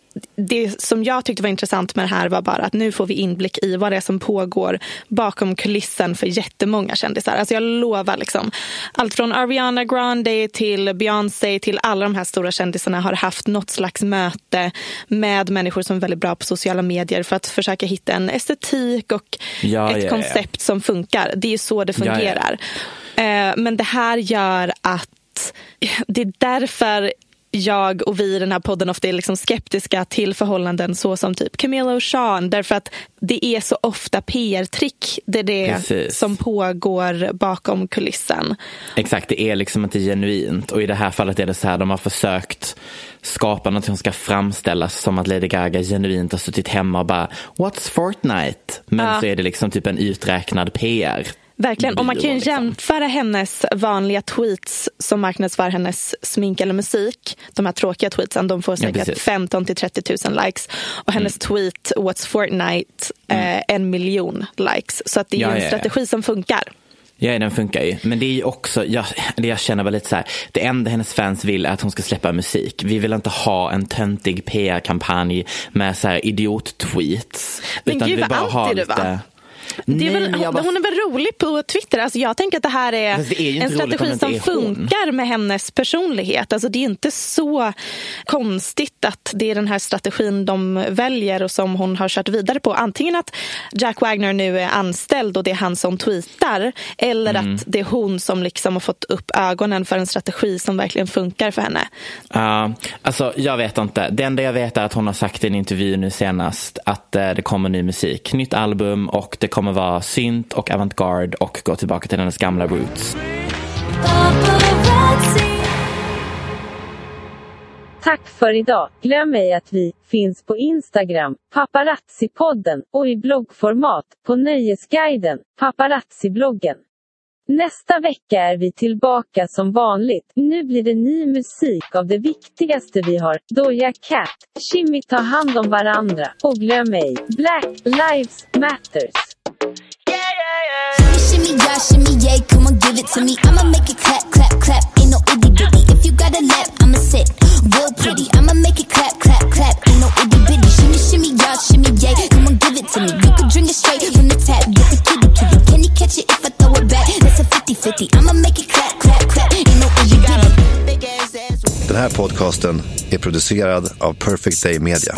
det som jag tyckte var intressant med det här var bara att nu får vi inblick i vad det är som pågår bakom kulissen för jättemånga kändisar. Alltså jag lovar liksom, allt från Ariana Grande till Beyoncé till alla de här stora kändisarna har haft något slags möte med människor som är väldigt bra på sociala medier för att försöka hitta en estetik och ett koncept som funkar. Det är ju så det fungerar. Men det här gör att det är därför jag och vi i den här podden ofta är liksom skeptiska till förhållanden så som typ Camilla och Sean, därför att det är så ofta PR-trick. Det är det som pågår bakom kulissen. Exakt, det är liksom inte genuint. Och i det här fallet är det så här, de har försökt skapa något som ska framställas som att Lady Gaga genuint har suttit hemma och bara What's Fortnite? Men så är det liksom typ en uträknad PR. Verkligen, och man kan ju jämföra hennes vanliga tweets som marknadsför hennes smink eller musik. De här tråkiga tweetsen, de får säkert 15 till 30 000 likes. Och hennes tweet What's Fortnite 1 miljon likes. Så att det är ju en strategi som funkar. Ja, den funkar ju. Men det är ju också, jag känner väl lite så här, det enda hennes fans vill är att hon ska släppa musik. Vi vill inte ha en töntig PR-kampanj med så här idiot-tweets. Men utan gud, vi bara har lite... Det är väl, hon är väl rolig på Twitter. Alltså jag tänker att det här är en strategi som funkar med hennes personlighet. Alltså det är inte så konstigt att det är den här strategin de väljer och som hon har kört vidare på. Antingen att Jack Wagner nu är anställd och det är han som tweetar, eller att det är hon som liksom har fått upp ögonen för en strategi som verkligen funkar för henne. Alltså jag vet inte. Det enda jag vet är att hon har sagt i en intervju nu senast att det kommer ny musik, nytt album, och det kommer vara synt och avantgarde och gå tillbaka till hennes gamla roots. Tack för idag. Glöm ej att vi finns på Instagram, Paparazzi-podden, och i bloggformat på Nöjesguiden, Paparazzi-bloggen. Nästa vecka är vi tillbaka som vanligt. Nu blir det ny musik av det viktigaste vi har. Doja Cat, Shimmy, ta hand om varandra. Och glöm ej, Black Lives Matters. Shimmy, yeah, shimmy, yeah, come on, give it to me. I'ma make it clap, clap, clap, ain't no itty bitty. If you got a lap, I'ma sit real pretty. I'ma make it clap, clap, clap, ain't no itty bitty. Shimmy, shimmy, yeah, shimmy, yeah, come on, give it to me. You can drink it straight from the tap, get the kitty, kitty. Can you catch it if I throw it back? That's a 50-50. I'ma make it clap, clap, clap, ain't no itty bitty. Den här podcasten är producerad av Perfect Day Media.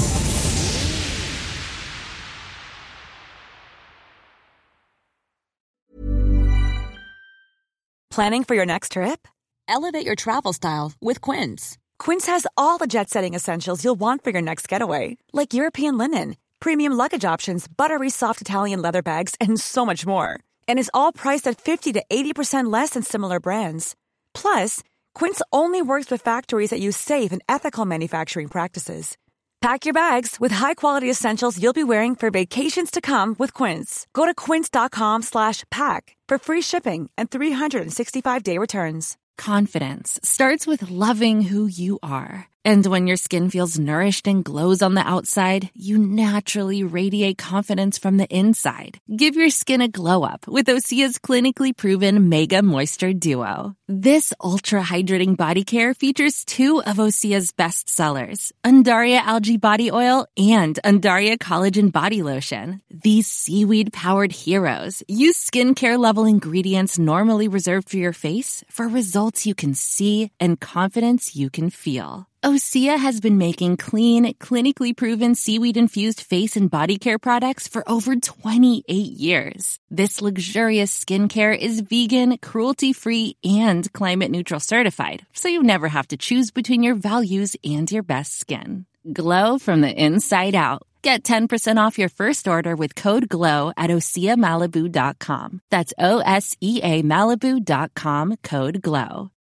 Planning for your next trip? Elevate your travel style with Quince. Quince has all the jet-setting essentials you'll want for your next getaway, like European linen, premium luggage options, buttery soft Italian leather bags, and so much more. And is all priced at 50 to 80% less than similar brands. Plus, Quince only works with factories that use safe and ethical manufacturing practices. Pack your bags with high-quality essentials you'll be wearing for vacations to come with Quince. Go to quince.com/pack for free shipping and 365-day returns. Confidence starts with loving who you are. And when your skin feels nourished and glows on the outside, you naturally radiate confidence from the inside. Give your skin a glow-up with Osea's clinically proven Mega Moisture Duo. This ultra-hydrating body care features two of Osea's best sellers, Undaria Algae Body Oil and Undaria Collagen Body Lotion. These seaweed-powered heroes use skincare-level ingredients normally reserved for your face for results you can see and confidence you can feel. Osea has been making clean, clinically proven seaweed-infused face and body care products for over 28 years. This luxurious skincare is vegan, cruelty-free, and climate-neutral certified, so you never have to choose between your values and your best skin. Glow from the inside out. Get 10% off your first order with code GLOW at OseaMalibu.com. That's OSEAMalibu.com, code GLOW.